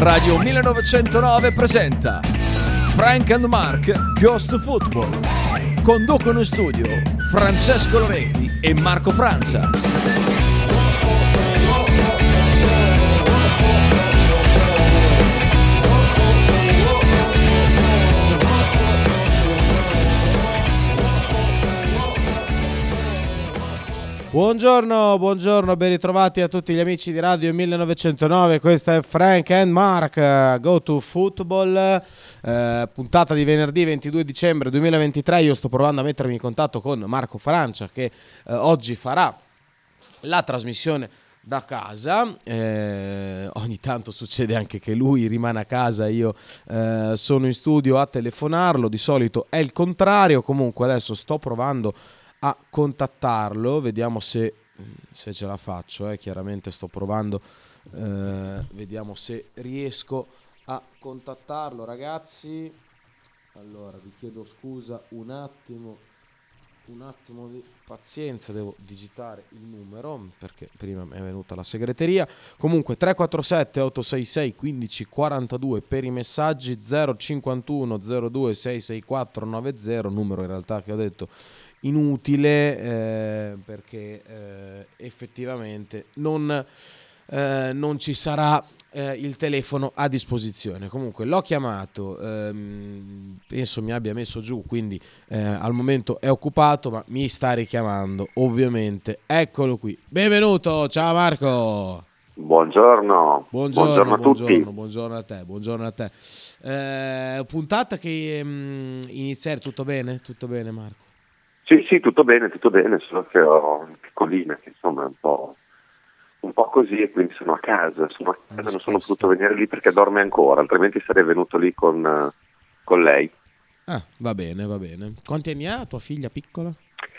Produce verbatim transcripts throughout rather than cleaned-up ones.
Radio millenovecentonove presenta Frank and Mark Goes to Football. Conducono in studio Francesco Loretti e Marco Francia. Buongiorno, buongiorno, ben ritrovati a tutti gli amici di Radio millenovecentonove. Questa è Frank and Mark uh, Go to Football, uh, puntata di venerdì ventidue dicembre duemilaventitré. Io sto provando a mettermi in contatto con Marco Francia che uh, oggi farà la trasmissione da casa. Eh, ogni tanto succede anche che lui rimane a casa, io eh, sono in studio a telefonarlo, di solito è il contrario. Comunque adesso sto provando a contattarlo, vediamo se, se ce la faccio, eh. Chiaramente sto provando, eh, vediamo se riesco a contattarlo, ragazzi. Allora vi chiedo scusa un attimo, un attimo di pazienza, devo digitare il numero perché prima mi è venuta la segreteria. Comunque tre quattro sette otto sei sei uno cinque quattro due per i messaggi, zero cinquantuno zero due sei sei quattro nove zero, numero in realtà che ho detto inutile eh, perché eh, effettivamente non, eh, non ci sarà eh, il telefono a disposizione. Comunque l'ho chiamato, ehm, penso mi abbia messo giù, quindi eh, al momento è occupato, ma mi sta richiamando ovviamente. Eccolo qui, benvenuto, ciao Marco. Buongiorno, buongiorno, buongiorno a buongiorno, tutti. Buongiorno a te, buongiorno a te. Eh, puntata che mh, iniziare, tutto bene? Tutto bene Marco? Sì, sì, tutto bene, tutto bene, solo che ho una piccolina che insomma è un po', un po' così e quindi sono a casa, sono a casa, non sono potuto venire lì perché dorme ancora, altrimenti sarei venuto lì con, con lei. Ah, va bene, va bene. Quanti anni ha tua figlia piccola?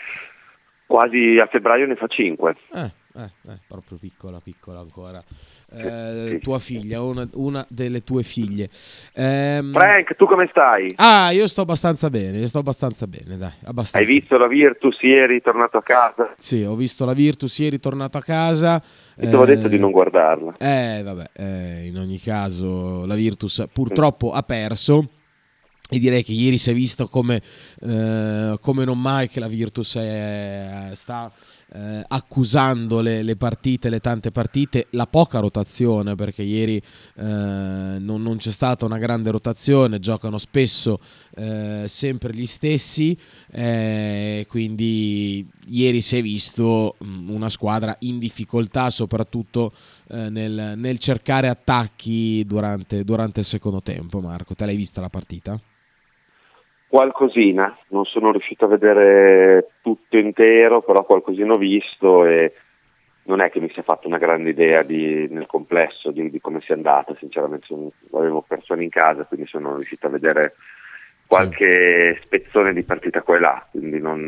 Quasi a febbraio ne fa cinque. Eh, eh, eh, proprio piccola, piccola ancora. Eh, sì, tua sì, figlia, una, una delle tue figlie. Ehm... Frank, tu come stai? Ah, io sto abbastanza bene, io sto abbastanza bene, dai, abbastanza. Hai visto la Virtus ieri, tornato a casa? Sì, ho visto la Virtus ieri, tornato a casa. E ti avevo eh... detto di non guardarla. Eh, vabbè, eh, in ogni caso la Virtus purtroppo mm. ha perso. E direi che ieri si è visto come, eh, come non mai che la Virtus è, sta eh, accusando le, le partite, le tante partite, la poca rotazione, perché ieri eh, non, non c'è stata una grande rotazione, giocano spesso eh, sempre gli stessi, eh, quindi ieri si è visto una squadra in difficoltà, soprattutto eh, nel, nel cercare attacchi durante, durante il secondo tempo. Marco, te l'hai vista la partita? Qualcosina, non sono riuscito a vedere tutto intero, però qualcosina ho visto e non è che mi sia fatto una grande idea di, nel complesso di, di come sia andata, sinceramente sono, avevo persone in casa, quindi sono riuscito a vedere qualche sì. spezzone di partita qua e là, quindi non...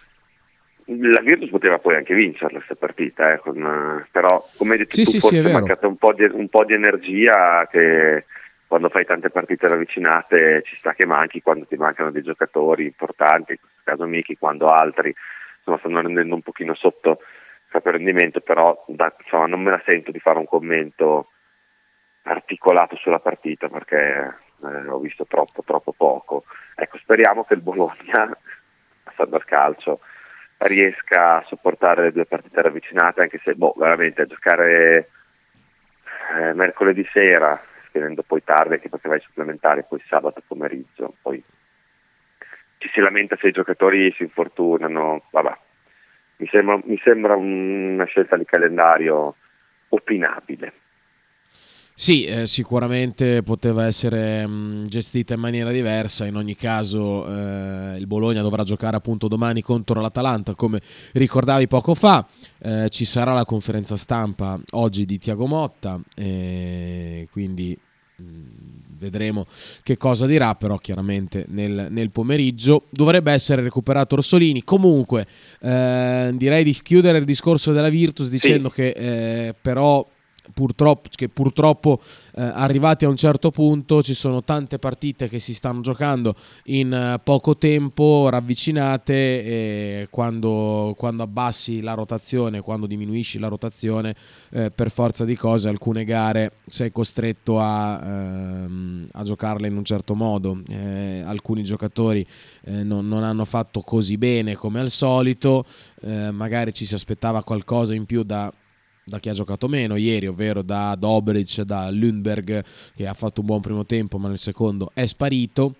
La Virtus poteva poi anche vincerla questa partita, eh, con, però come hai detto sì, tu sì, forse sì, è è mancata un po' di, un po' di energia che... Quando fai tante partite ravvicinate ci sta che manchi, quando ti mancano dei giocatori importanti, in questo caso Miki, quando altri insomma, stanno rendendo un pochino sotto il rendimento, però da, insomma, non me la sento di fare un commento articolato sulla partita perché eh, ho visto troppo troppo poco. Ecco, speriamo che il Bologna, passando al calcio, riesca a sopportare le due partite ravvicinate, anche se boh, veramente a giocare eh, mercoledì sera, finendo poi tardi anche perché vai supplementare, poi sabato pomeriggio, poi ci si lamenta se i giocatori si infortunano, vabbè, mi sembra, mi sembra una scelta di calendario opinabile. Sì, eh, sicuramente poteva essere mh, gestita in maniera diversa. In ogni caso eh, il Bologna dovrà giocare appunto domani contro l'Atalanta, come ricordavi poco fa. Eh, ci sarà la conferenza stampa oggi di Thiago Motta, e quindi mh, vedremo che cosa dirà, però chiaramente nel, nel pomeriggio dovrebbe essere recuperato Orsolini. Comunque eh, direi di chiudere il discorso della Virtus dicendo sì. che eh, però purtroppo, che purtroppo eh, arrivati a un certo punto ci sono tante partite che si stanno giocando in eh, poco tempo, ravvicinate, e quando, quando abbassi la rotazione, quando diminuisci la rotazione, eh, per forza di cose alcune gare sei costretto a, ehm, a giocarle in un certo modo. Eh, alcuni giocatori eh, non, non hanno fatto così bene come al solito, eh, magari ci si aspettava qualcosa in più da da chi ha giocato meno ieri, ovvero da Dobric, da Lundberg, che ha fatto un buon primo tempo ma nel secondo è sparito.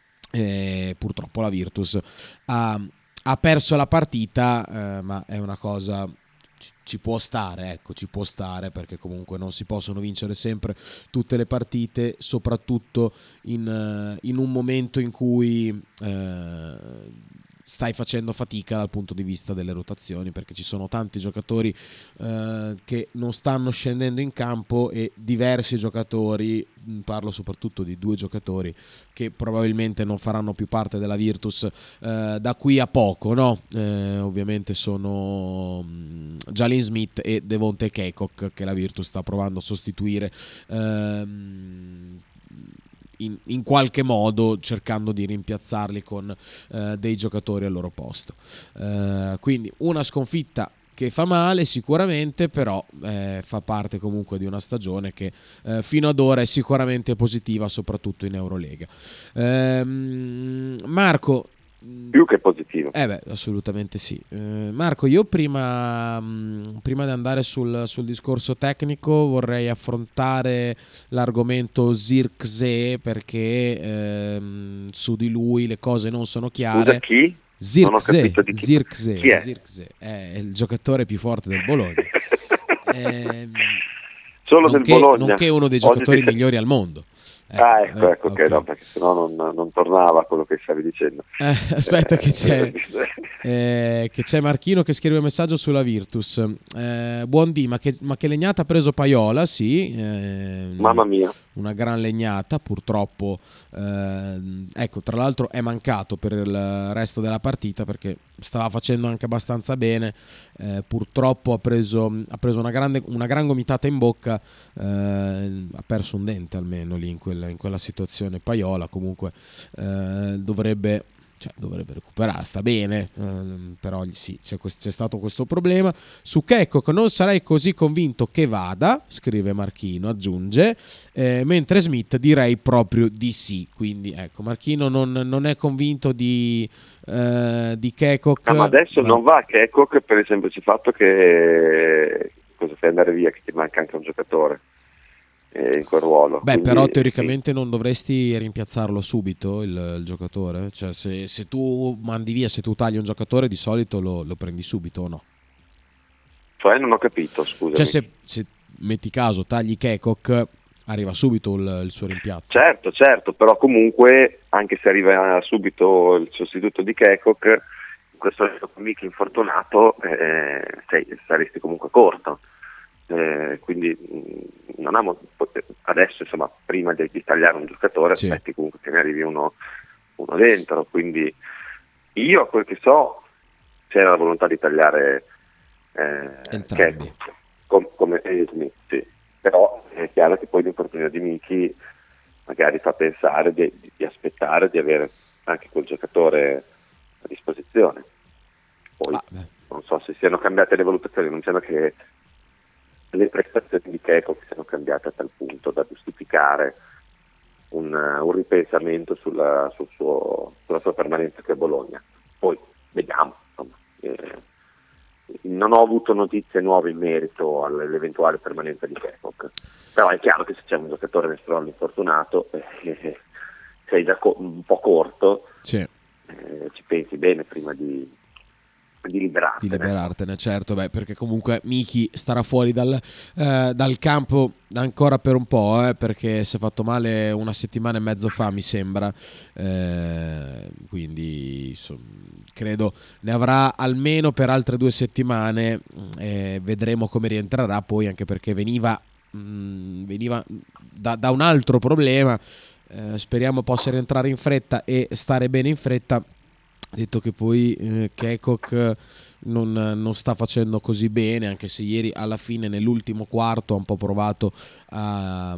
E purtroppo la Virtus ha, ha perso la partita, eh, ma è una cosa, ci, ci può stare, ecco, ci può stare, perché comunque non si possono vincere sempre tutte le partite, soprattutto in, in un momento in cui eh, stai facendo fatica dal punto di vista delle rotazioni, perché ci sono tanti giocatori eh, che non stanno scendendo in campo e diversi giocatori, parlo soprattutto di due giocatori che probabilmente non faranno più parte della Virtus eh, da qui a poco, no? Eh, ovviamente sono Jalen Smith e Devonte Cacok, che la Virtus sta provando a sostituire ehm, In, in qualche modo, cercando di rimpiazzarli con eh, dei giocatori al loro posto. Eh, quindi una sconfitta che fa male sicuramente, però eh, fa parte comunque di una stagione che eh, fino ad ora è sicuramente positiva, soprattutto in Eurolega. Ehm, Marco, più che positivo. Eh beh, assolutamente sì. Eh, Marco, io prima, mh, prima di andare sul, sul discorso tecnico vorrei affrontare l'argomento Zirkzee, perché ehm, su di lui le cose non sono chiare. Scusa, chi? Zirkzee, Zirkzee, è? Zirkzee è il giocatore più forte del Bologna. eh, Solo nonché, del Bologna. Nonché uno dei giocatori migliori al mondo. Eh, ah, ecco, ecco, okay. Che no, perché sennò non, non tornava quello che stavi dicendo. Eh, aspetta, eh, che c'è eh, che c'è Marchino che scrive un messaggio sulla Virtus. Eh, buon dì, ma che, ma che legnata ha preso Paiola? Sì, eh, mamma mia, una gran legnata, purtroppo. Eh, ecco, tra l'altro è mancato per il resto della partita perché stava facendo anche abbastanza bene. Eh, purtroppo ha preso, ha preso una, grande, una gran gomitata in bocca, eh, ha perso un dente almeno lì in quella, in quella situazione. Paiola comunque eh, dovrebbe, cioè, dovrebbe recuperare, sta bene, ehm, però sì, c'è, questo, c'è stato questo problema. Su Cacok non sarei così convinto che vada, scrive Marchino, aggiunge, eh, mentre Smith direi proprio di sì. Quindi ecco, Marchino non, non è convinto di, eh, di Cacok. No, ma adesso ma... non va Cacok per il semplice fatto che cosa fai andare via, che ti manca anche un giocatore in quel ruolo. Beh, quindi, però teoricamente sì, non dovresti rimpiazzarlo subito il, il giocatore, cioè se, se tu mandi via, se tu tagli un giocatore di solito lo, lo prendi subito o no? Cioè non ho capito, scusa. Cioè se, se metti caso tagli Cacok arriva subito il, il suo rimpiazzo. Certo, certo, però comunque anche se arriva subito il sostituto di Cacok, in questo Michi infortunato eh, sei, saresti comunque corto. Eh, quindi mh, non amo, adesso insomma prima di, di tagliare un giocatore sì, aspetti comunque che ne arrivi uno, uno dentro, quindi io a quel che so c'era la volontà di tagliare eh, entrambi com, come eh, Smith, sì. Però è chiaro che poi l'infortunio di Michi magari fa pensare di, di, di aspettare di avere anche quel giocatore a disposizione. Poi ah, non so se siano cambiate le valutazioni, non sembra che le prestazioni di Cacok siano cambiate a tal punto da giustificare un, un ripensamento sulla, sul suo, sulla sua permanenza qui a Bologna. Poi vediamo, insomma, eh, non ho avuto notizie nuove in merito all'eventuale permanenza di Cacok, però è chiaro che se c'è un giocatore nel strollo infortunato eh, sei già co- un po' corto, sì, eh, ci pensi bene prima di di liberartene. Di liberartene, certo, beh, perché comunque Michi starà fuori dal, eh, dal campo ancora per un po', eh, perché si è fatto male una settimana e mezzo fa, mi sembra, eh, quindi insomma, credo ne avrà almeno per altre due settimane, eh, vedremo come rientrerà poi, anche perché veniva, mh, veniva da, da un altro problema, eh, speriamo possa rientrare in fretta e stare bene in fretta. Detto che poi eh, Cacok non, non sta facendo così bene, anche se ieri alla fine nell'ultimo quarto ha un po' provato a,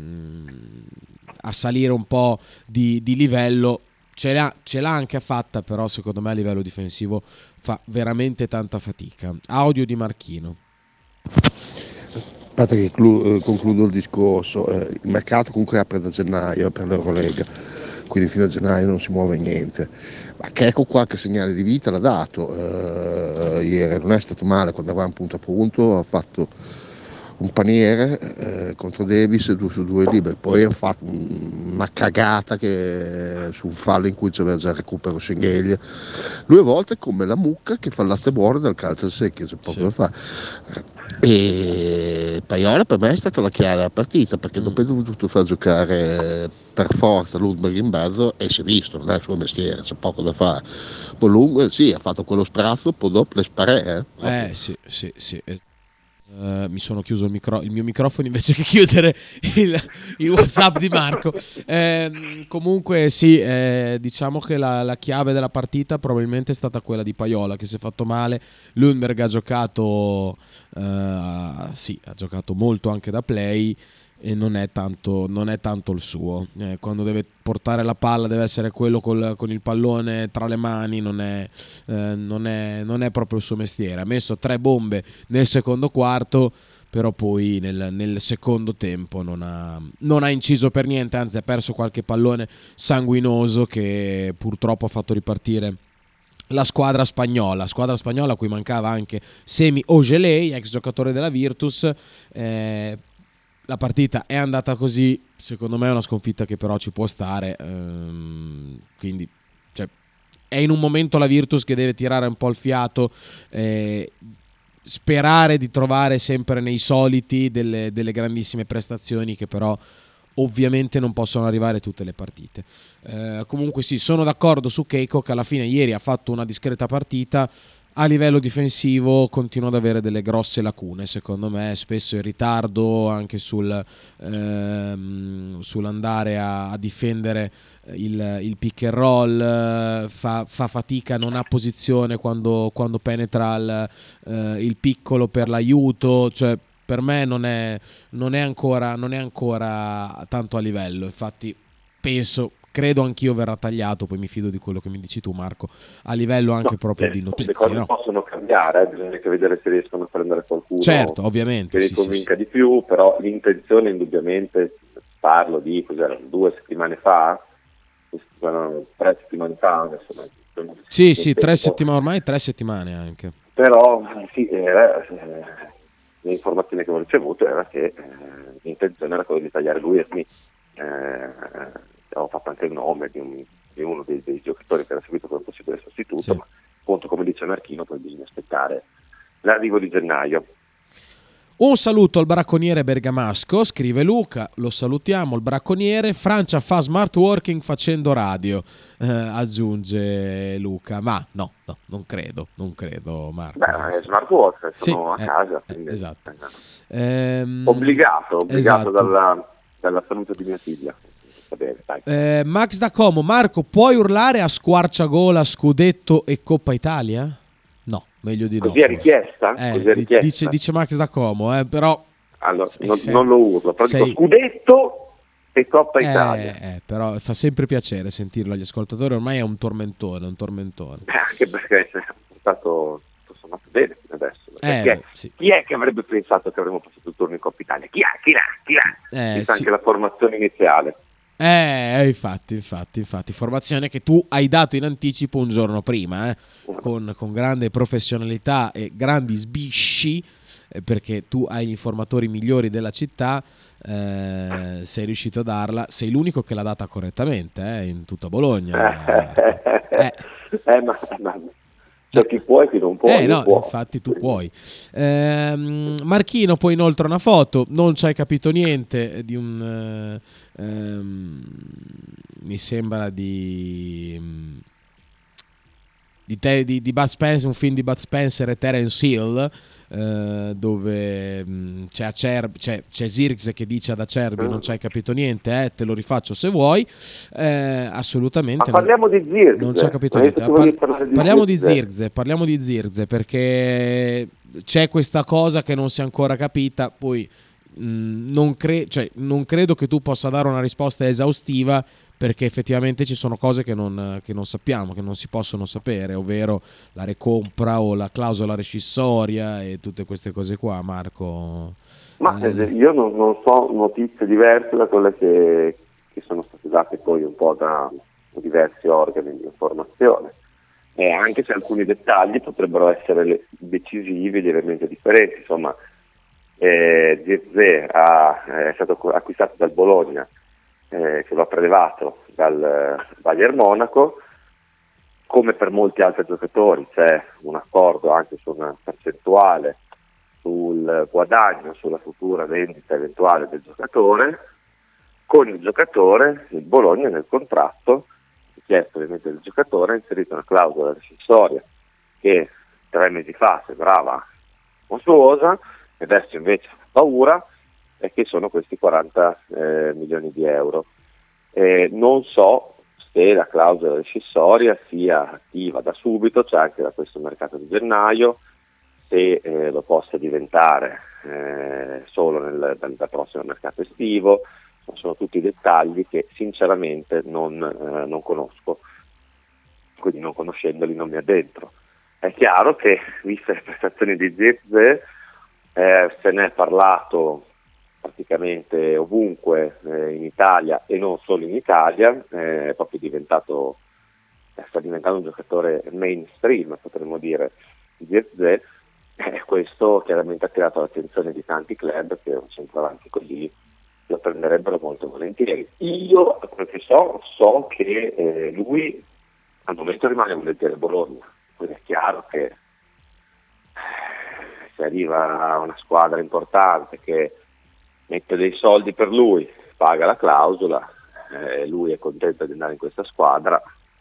a salire un po' di, di livello. Ce l'ha, ce l'ha anche fatta, però secondo me a livello difensivo fa veramente tanta fatica. Audio di Marchino. Aspetta che clu- concludo il discorso. Eh, il mercato comunque apre da gennaio per l'Eurolega, quindi fino a gennaio non si muove niente. Ma Checco qualche segnale di vita l'ha dato. Eh, ieri non è stato male quando eravamo punto a punto, ha fatto un paniere eh, contro Davis, due su due liberi, poi ha fatto una cagata che, su un fallo in cui c'era già il recupero Schengelia. Lui a volte è come la mucca che fa il latte buono dal calcio secchio, c'è poco da fare. E Paiola per me è stata la chiave della partita, perché dopo è dovuto far giocare per forza Lundberg in mezzo e si è visto, non è il suo mestiere, c'è poco da fare. Poi Lundberg sì, ha fatto quello sprazzo, poi dopo le spare. Eh, eh sì, sì, sì. Uh, mi sono chiuso il, micro- il mio microfono invece che chiudere il, il WhatsApp di Marco. Eh, comunque sì, eh, diciamo che la, la chiave della partita probabilmente è stata quella di Paiola, che si è fatto male. Lundberg ha giocato uh, sì, ha giocato molto anche da play e non è tanto, non è tanto il suo. Eh, quando deve portare la palla deve essere quello col, con il pallone tra le mani, non è, eh, non, è, non è proprio il suo mestiere. Ha messo tre bombe nel secondo quarto, però poi nel, nel secondo tempo non ha, non ha inciso per niente, anzi ha perso qualche pallone sanguinoso che purtroppo ha fatto ripartire la squadra spagnola, squadra spagnola a cui mancava anche Semi Ojeley, ex giocatore della Virtus. eh, La partita è andata così, secondo me è una sconfitta che però ci può stare, ehm, quindi cioè, è in un momento la Virtus che deve tirare un po' il fiato, eh, sperare di trovare sempre nei soliti delle, delle grandissime prestazioni che però ovviamente non possono arrivare tutte le partite. Eh, comunque sì, sono d'accordo su Keiko che alla fine ieri ha fatto una discreta partita. A livello difensivo continua ad avere delle grosse lacune, secondo me, spesso in ritardo anche sul, ehm, sull'andare a, a difendere il, il pick and roll, fa, fa fatica, non ha posizione quando, quando penetra il, eh, il piccolo per l'aiuto, cioè per me non è, non è ancora, non è ancora tanto a livello, infatti penso... Credo anch'io verrà tagliato, poi mi fido di quello che mi dici tu Marco, a livello anche no, proprio eh, di notizie. Le cose no? possono cambiare, eh, bisogna che vedere se riescono a prendere qualcuno certo, ovviamente, che sì, li convinca sì, di più, però l'intenzione indubbiamente, parlo di cos'era, due settimane fa, tre settimane fa, adesso, sì, sì, tre settimane ormai, tre settimane anche. Però sì, eh, eh, l'informazione che ho ricevuto era che eh, l'intenzione era quella di tagliare lui e Smith. Eh, ho fatto anche il nome di, un, di uno dei, dei giocatori che era seguito come possibile sostituto, sì. Ma appunto come dice Marchino poi bisogna aspettare l'arrivo di gennaio. Un saluto al bracconiere bergamasco, scrive Luca, lo salutiamo il bracconiere. Francia fa smart working facendo radio, eh, aggiunge Luca, ma no, no, non credo, non credo Marco. Beh, è smart work, sono sì, a casa. Eh, Quindi, esatto. Eh, ehm, obbligato, obbligato esatto. dalla, dalla salute di mia figlia. Bene, dai. Eh, Max da Como, Marco, puoi urlare a squarciagola, scudetto e Coppa Italia? No, meglio di così no. È richiesta? Eh, così è richiesta? Dice, dice Max da Como, eh, però... Allora, sei, non, sei, non lo urlo, però sei, dico scudetto e Coppa eh, Italia. Eh, però fa sempre piacere sentirlo agli ascoltatori, ormai è un tormentone, un tormentone. Eh, anche perché è stato... fatto bene fino adesso. Eh, è, sì. Chi è che avrebbe pensato che avremmo passato il turno in Coppa Italia? Chi ha? Chi l'ha? Chi l'ha? Eh, sì. Anche la formazione iniziale. Eh, infatti, infatti, infatti, formazione che tu hai dato in anticipo un giorno prima, eh, con, con grande professionalità e grandi sbisci, eh, perché tu hai gli informatori migliori della città, eh, sei riuscito a darla, sei l'unico che l'ha data correttamente, eh, in tutta Bologna. eh, eh ma... ma... Cioè chi può e chi non può. Eh no, può. infatti tu puoi. Ehm, Marchino poi inoltre una foto, non ci hai capito niente di un... Ehm, mi sembra di... Di, te, di, di Bud Spencer, un film di Bud Spencer e Terence Hill, eh, dove mh, c'è, Acerbi, c'è, c'è Zirkzee che dice ad Acerbi non ci hai capito niente, eh, te lo rifaccio se vuoi, eh, assolutamente. Ma parliamo non, di Zirkzee. Non ci ha capito Ma niente. Par- di parliamo di Zirkzee. Zirkzee, parliamo di Zirkzee perché c'è questa cosa che non si è ancora capita, poi mh, non, cre- cioè, non credo che tu possa dare una risposta esaustiva, perché effettivamente ci sono cose che non, che non sappiamo, che non si possono sapere, ovvero la recompra o la clausola rescissoria e tutte queste cose qua, Marco. Ma eh. io non, non so notizie diverse da quelle che, che sono state date poi un po' da diversi organi di informazione, e anche se alcuni dettagli potrebbero essere decisivi, lievemente differenti. Insomma, eh, Zirkzee ha, è stato acquistato dal Bologna, Eh, che va prelevato dal Bayern Monaco. Come per molti altri giocatori c'è un accordo anche su una percentuale sul guadagno, sulla futura vendita eventuale del giocatore. Con il giocatore, il Bologna nel contratto, richiesto ovviamente del giocatore, ha inserito una clausola rescissoria che tre mesi fa sembrava mostruosa e adesso invece fa paura, e che sono questi quaranta eh, milioni di euro. Eh, non so se la clausola rescissoria sia attiva da subito, cioè anche da questo mercato di gennaio, se eh, lo possa diventare eh, solo nel, dal, dal prossimo mercato estivo. Sono tutti dettagli che sinceramente non, eh, non conosco, quindi non conoscendoli non mi addentro. È chiaro che, viste le prestazioni di Zirkzee, eh, se ne è parlato praticamente ovunque eh, in Italia, e non solo in Italia, eh, è proprio diventato, eh, sta diventando un giocatore mainstream, potremmo dire, di Zirkzee, e questo chiaramente ha attirato l'attenzione di tanti club che un centravanti così lo prenderebbero molto volentieri. Io, quel che so, so che eh, lui al momento rimane volentieri a Bologna, quindi è chiaro che eh, se arriva una squadra importante che mette dei soldi per lui, paga la clausola, eh, lui è contento di andare in questa squadra,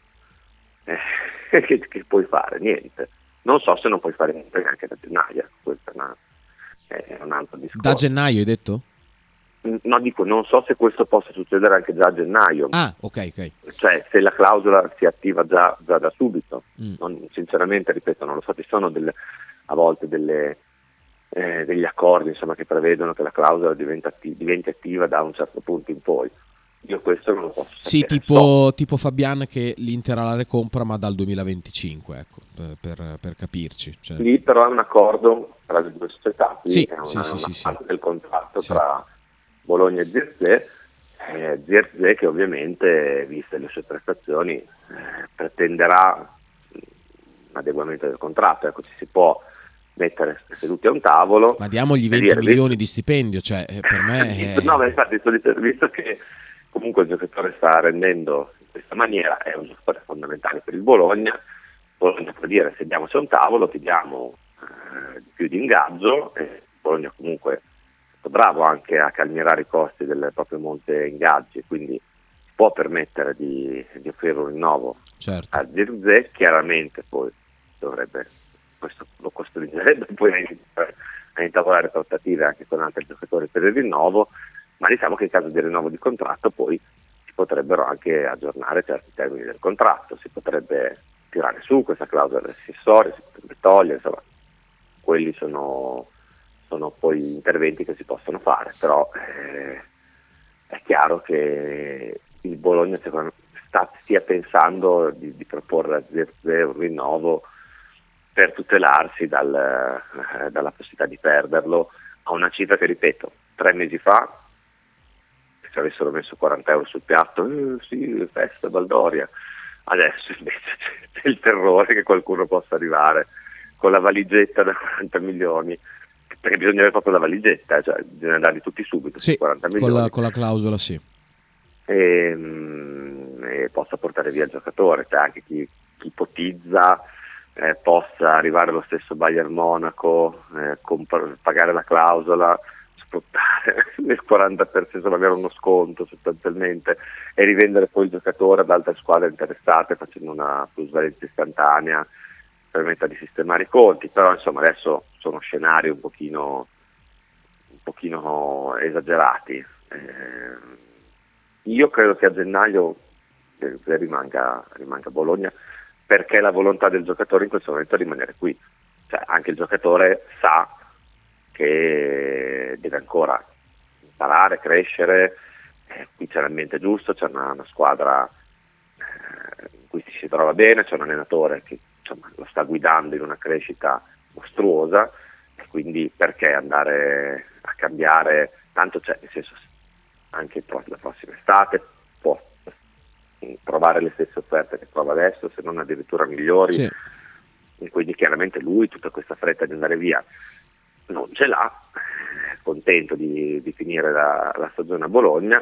eh, che, che puoi fare? Niente. Non so se non puoi fare niente neanche da gennaio, questo è, una, è un altro discorso. Da gennaio hai detto? No, dico, non so se questo possa succedere anche già a gennaio. Ah, ok, ok. Cioè, se la clausola si attiva già, già da subito. Mm. Non, sinceramente, ripeto, non lo so, ci sono delle, a volte delle, eh, degli accordi, insomma, che prevedono che la clausola diventa atti- diventi attiva da un certo punto in poi. Io questo non lo posso sapere. Sì, tipo, so. tipo Fabian, che l'Inter ha la recompra ma dal duemilaventicinque, ecco, per, per, per capirci. Cioè. Lì però è un accordo tra le due società, sì, è una, sì, sì, una sì, parte sì. del contratto sì. tra Bologna e Zirkzee, eh, Zirkzee che ovviamente, viste le sue prestazioni, eh, pretenderà un adeguamento del contratto. Ecco, ci si può mettere seduti a un tavolo, ma diamogli venti dire, milioni visto... di stipendio, cioè per me è... no, ma infatti, visto che comunque il giocatore sta rendendo in questa maniera, è un giocatore fondamentale per il Bologna. Bologna può dire: sediamoci a un tavolo, ti diamo eh, più di ingaggio, e Bologna comunque bravo anche a calmierare i costi del proprio monte ingaggi, quindi può permettere di, di offrire un rinnovo certo. a Zirkzee. Chiaramente poi dovrebbe, questo lo costringerebbe poi a iniziare a intavolare trattative anche con altri giocatori per il rinnovo, ma diciamo che in caso di rinnovo di contratto poi si potrebbero anche aggiornare certi termini del contratto, si potrebbe tirare su questa clausola rescissoria, si potrebbe togliere, insomma, quelli sono sono poi interventi che si possono fare, però eh, è chiaro che il Bologna sta, stia pensando di, di proporre a Zirkzee un rinnovo per tutelarsi dal, eh, dalla possibilità di perderlo a una cifra che, ripeto, tre mesi fa se ci avessero messo quaranta euro sul piatto, eh, sì, festa Baldoria, adesso invece c'è il terrore che qualcuno possa arrivare con la valigetta da quaranta milioni, perché bisogna avere proprio la valigetta, cioè bisogna darli tutti subito, sì, quaranta milioni. Con la, con la clausola, sì. E, e possa portare via il giocatore, cioè anche chi, chi ipotizza eh, possa arrivare allo stesso Bayern Monaco, eh, comp- pagare la clausola, sfruttare il quaranta per cento, insomma avere uno sconto sostanzialmente, e rivendere poi il giocatore ad altre squadre interessate facendo una plusvalenza istantanea. permetta di sistemare i conti, però insomma adesso sono scenari un pochino, un pochino esagerati. Eh, io credo che a gennaio rimanga, rimanga a Bologna, perché la volontà del giocatore in questo momento è rimanere qui. Cioè, anche il giocatore sa che deve ancora imparare, crescere, eh, qui c'è l'ambiente giusto, c'è una, una squadra eh, in cui si trova bene, c'è un allenatore che insomma, lo sta guidando in una crescita mostruosa, e quindi perché andare a cambiare, tanto c'è, nel senso, anche la prossima estate può trovare le stesse offerte che trova adesso, se non addirittura migliori, sì. E quindi chiaramente lui tutta questa fretta di andare via non ce l'ha, è contento di, di finire la, la stagione a Bologna,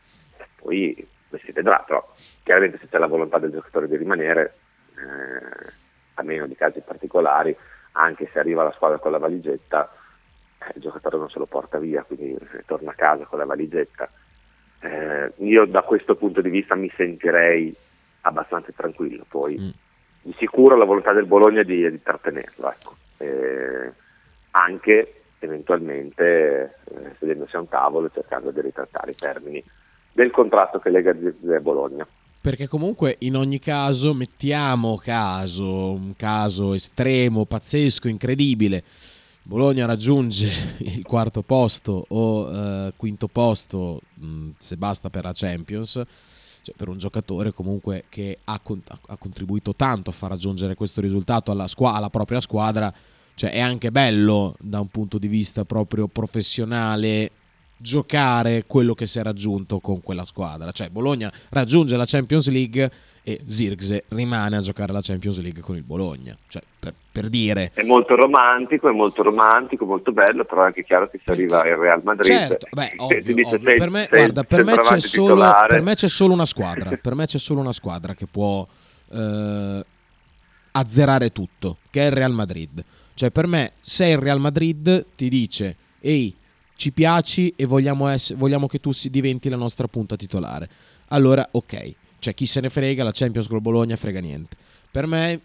poi si vedrà, però chiaramente se c'è la volontà del giocatore di rimanere, eh, a meno di casi particolari, anche se arriva la squadra con la valigetta, eh, il giocatore non se lo porta via, quindi torna a casa con la valigetta. Eh, io da questo punto di vista mi sentirei abbastanza tranquillo, poi mm. di sicuro la volontà del Bologna è di, di trattenerlo, ecco. Eh, anche eventualmente eh, sedendosi a un tavolo e cercando di ritrattare i termini del contratto che lega a Bologna. Perché comunque in ogni caso, mettiamo caso, un caso estremo, pazzesco, incredibile, Bologna raggiunge il quarto posto o eh, quinto posto, mh, se basta per la Champions, cioè per un giocatore comunque che ha, con- ha contribuito tanto a far raggiungere questo risultato alla, squa- alla propria squadra, cioè è anche bello da un punto di vista proprio professionale giocare quello che si è raggiunto con quella squadra. Cioè Bologna raggiunge la Champions League e Zirkzee rimane a giocare la Champions League con il Bologna, cioè per, per dire è molto romantico, è molto romantico, molto bello, però è anche chiaro che si arriva al Real Madrid, certo, beh, ovvio, dice, ovvio. Sei, per me, sei, guarda, per me, c'è solo, per me c'è solo una squadra per me c'è solo una squadra che può eh, azzerare tutto, che è il Real Madrid. Cioè per me se il Real Madrid ti dice ehi, ci piaci e vogliamo, essere, vogliamo che tu si diventi la nostra punta titolare, allora ok, cioè chi se ne frega, la Champions col Bologna frega niente. Per me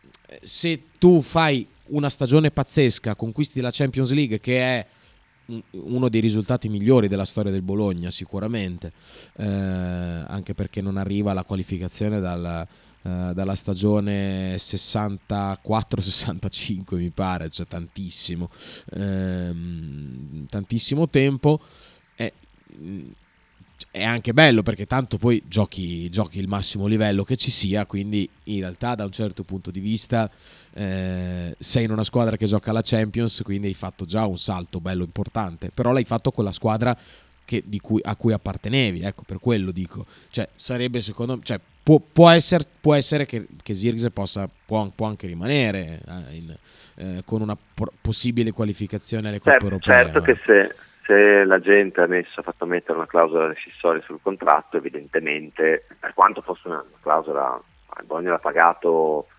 se tu fai una stagione pazzesca, conquisti la Champions League, che è uno dei risultati migliori della storia del Bologna sicuramente, eh, anche perché non arriva alla qualificazione dal Uh, dalla stagione sessantaquattro sessantacinque mi pare, cioè tantissimo ehm, tantissimo tempo, è, è anche bello perché tanto poi giochi, giochi il massimo livello che ci sia, quindi in realtà da un certo punto di vista eh, sei in una squadra che gioca alla Champions, quindi hai fatto già un salto bello importante, però l'hai fatto con la squadra che, di cui, a cui appartenevi, ecco, per quello dico, cioè sarebbe secondo me, cioè Può, può, essere, può essere che, che Zirkzee possa può, può anche rimanere eh, in, eh, con una por- possibile qualificazione alle Coppe certo, Europee. Certo no? che se, se la gente ha, messo, ha fatto mettere una clausola rescissoria sul contratto, evidentemente, per quanto fosse una, una clausola, il Bologna l'ha pagato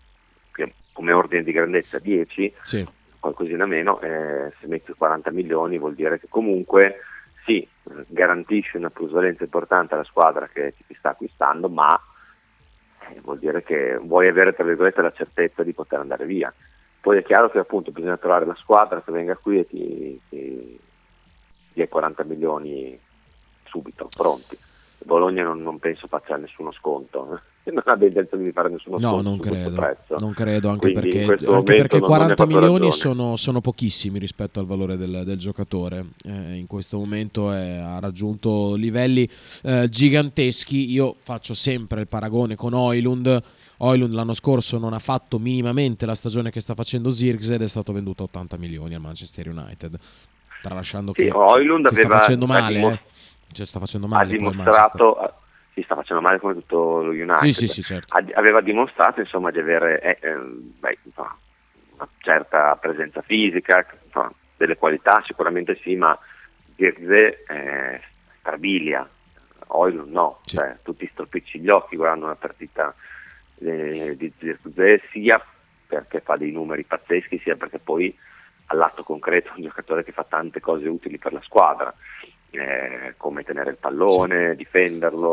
come ordine di grandezza dieci, sì. qualcosina meno, eh, se metti quaranta milioni vuol dire che comunque sì, garantisce una plusvalenza importante alla squadra che ti sta acquistando, ma eh, vuol dire che vuoi avere tra virgolette la certezza di poter andare via. Poi è chiaro che appunto bisogna trovare la squadra che venga qui e ti, ti dia quaranta milioni subito, pronti. Bologna non, non penso faccia nessuno sconto, non abbia intenzione di fare nessuno no, sconto non su credo, prezzo. non credo anche Quindi perché, anche perché non, quaranta non milioni sono, sono pochissimi rispetto al valore del, del giocatore, eh, in questo momento è, ha raggiunto livelli eh, giganteschi. Io faccio sempre il paragone con Højlund. Højlund l'anno scorso non ha fatto minimamente la stagione che sta facendo Zirkzee ed è stato venduto a ottanta milioni al Manchester United, tralasciando sì, che, Højlund che sta aveva, facendo male dimos- eh. cioè sta facendo male, ha dimostrato, si sta facendo male come tutto lo United, sì, sì, sì, certo. aveva dimostrato insomma di avere eh, eh, beh, una certa presenza fisica, no, delle qualità sicuramente sì, ma Zirkzee eh, strabilia, Højlund no, sì. Cioè, tutti stropicci gli occhi guardando una partita eh, di Zirkzee, sia perché fa dei numeri pazzeschi, sia perché poi all'atto concreto è un giocatore che fa tante cose utili per la squadra, eh, come tenere il pallone, sì. difenderlo,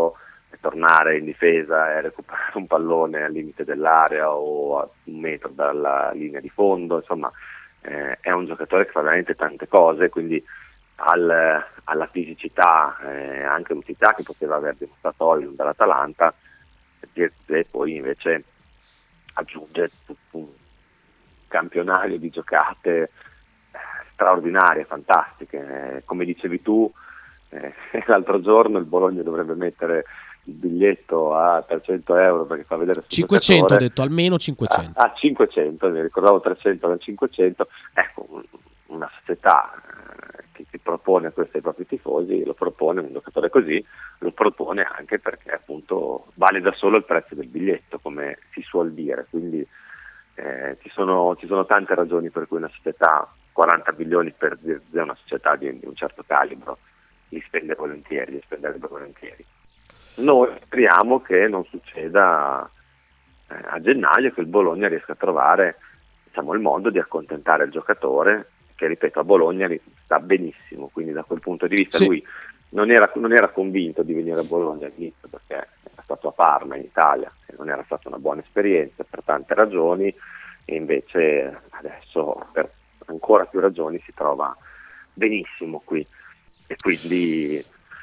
tornare in difesa e recuperare un pallone al limite dell'area o a un metro dalla linea di fondo, insomma eh, è un giocatore che fa veramente tante cose, quindi al, alla fisicità e eh, anche l'utilità che poteva aver dimostrato Højlund dall'Atalanta, Zirkzee poi invece aggiunge un campionario di giocate straordinarie, fantastiche, eh, come dicevi tu eh, l'altro giorno il Bologna dovrebbe mettere il biglietto a trecento euro perché fa vedere cinquecento, ho detto almeno cinquecento. A, a cinquecento, mi ricordavo trecento da cinquecento. Ecco, una società eh, che si propone questo ai propri tifosi, lo propone un giocatore così, lo propone anche perché appunto vale da solo il prezzo del biglietto, come si suol dire, quindi eh, ci sono, ci sono tante ragioni per cui una società, quaranta milioni per Zirkzee, una società di, di un certo calibro, li spende volentieri, li spenderebbe volentieri. Noi speriamo che non succeda eh, a gennaio, che il Bologna riesca a trovare, diciamo, il modo di accontentare il giocatore, che ripeto a Bologna sta benissimo, quindi da quel punto di vista sì. Lui non era, non era convinto di venire a Bologna all'inizio perché era stato a Parma in Italia e non era stata una buona esperienza per tante ragioni, e invece adesso per ancora più ragioni si trova benissimo qui, e quindi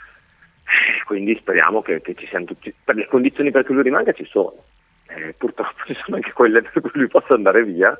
quindi speriamo che, che ci siano tutti, per le condizioni per cui lui rimanga ci sono, eh, purtroppo ci sono anche quelle per cui lui possa andare via,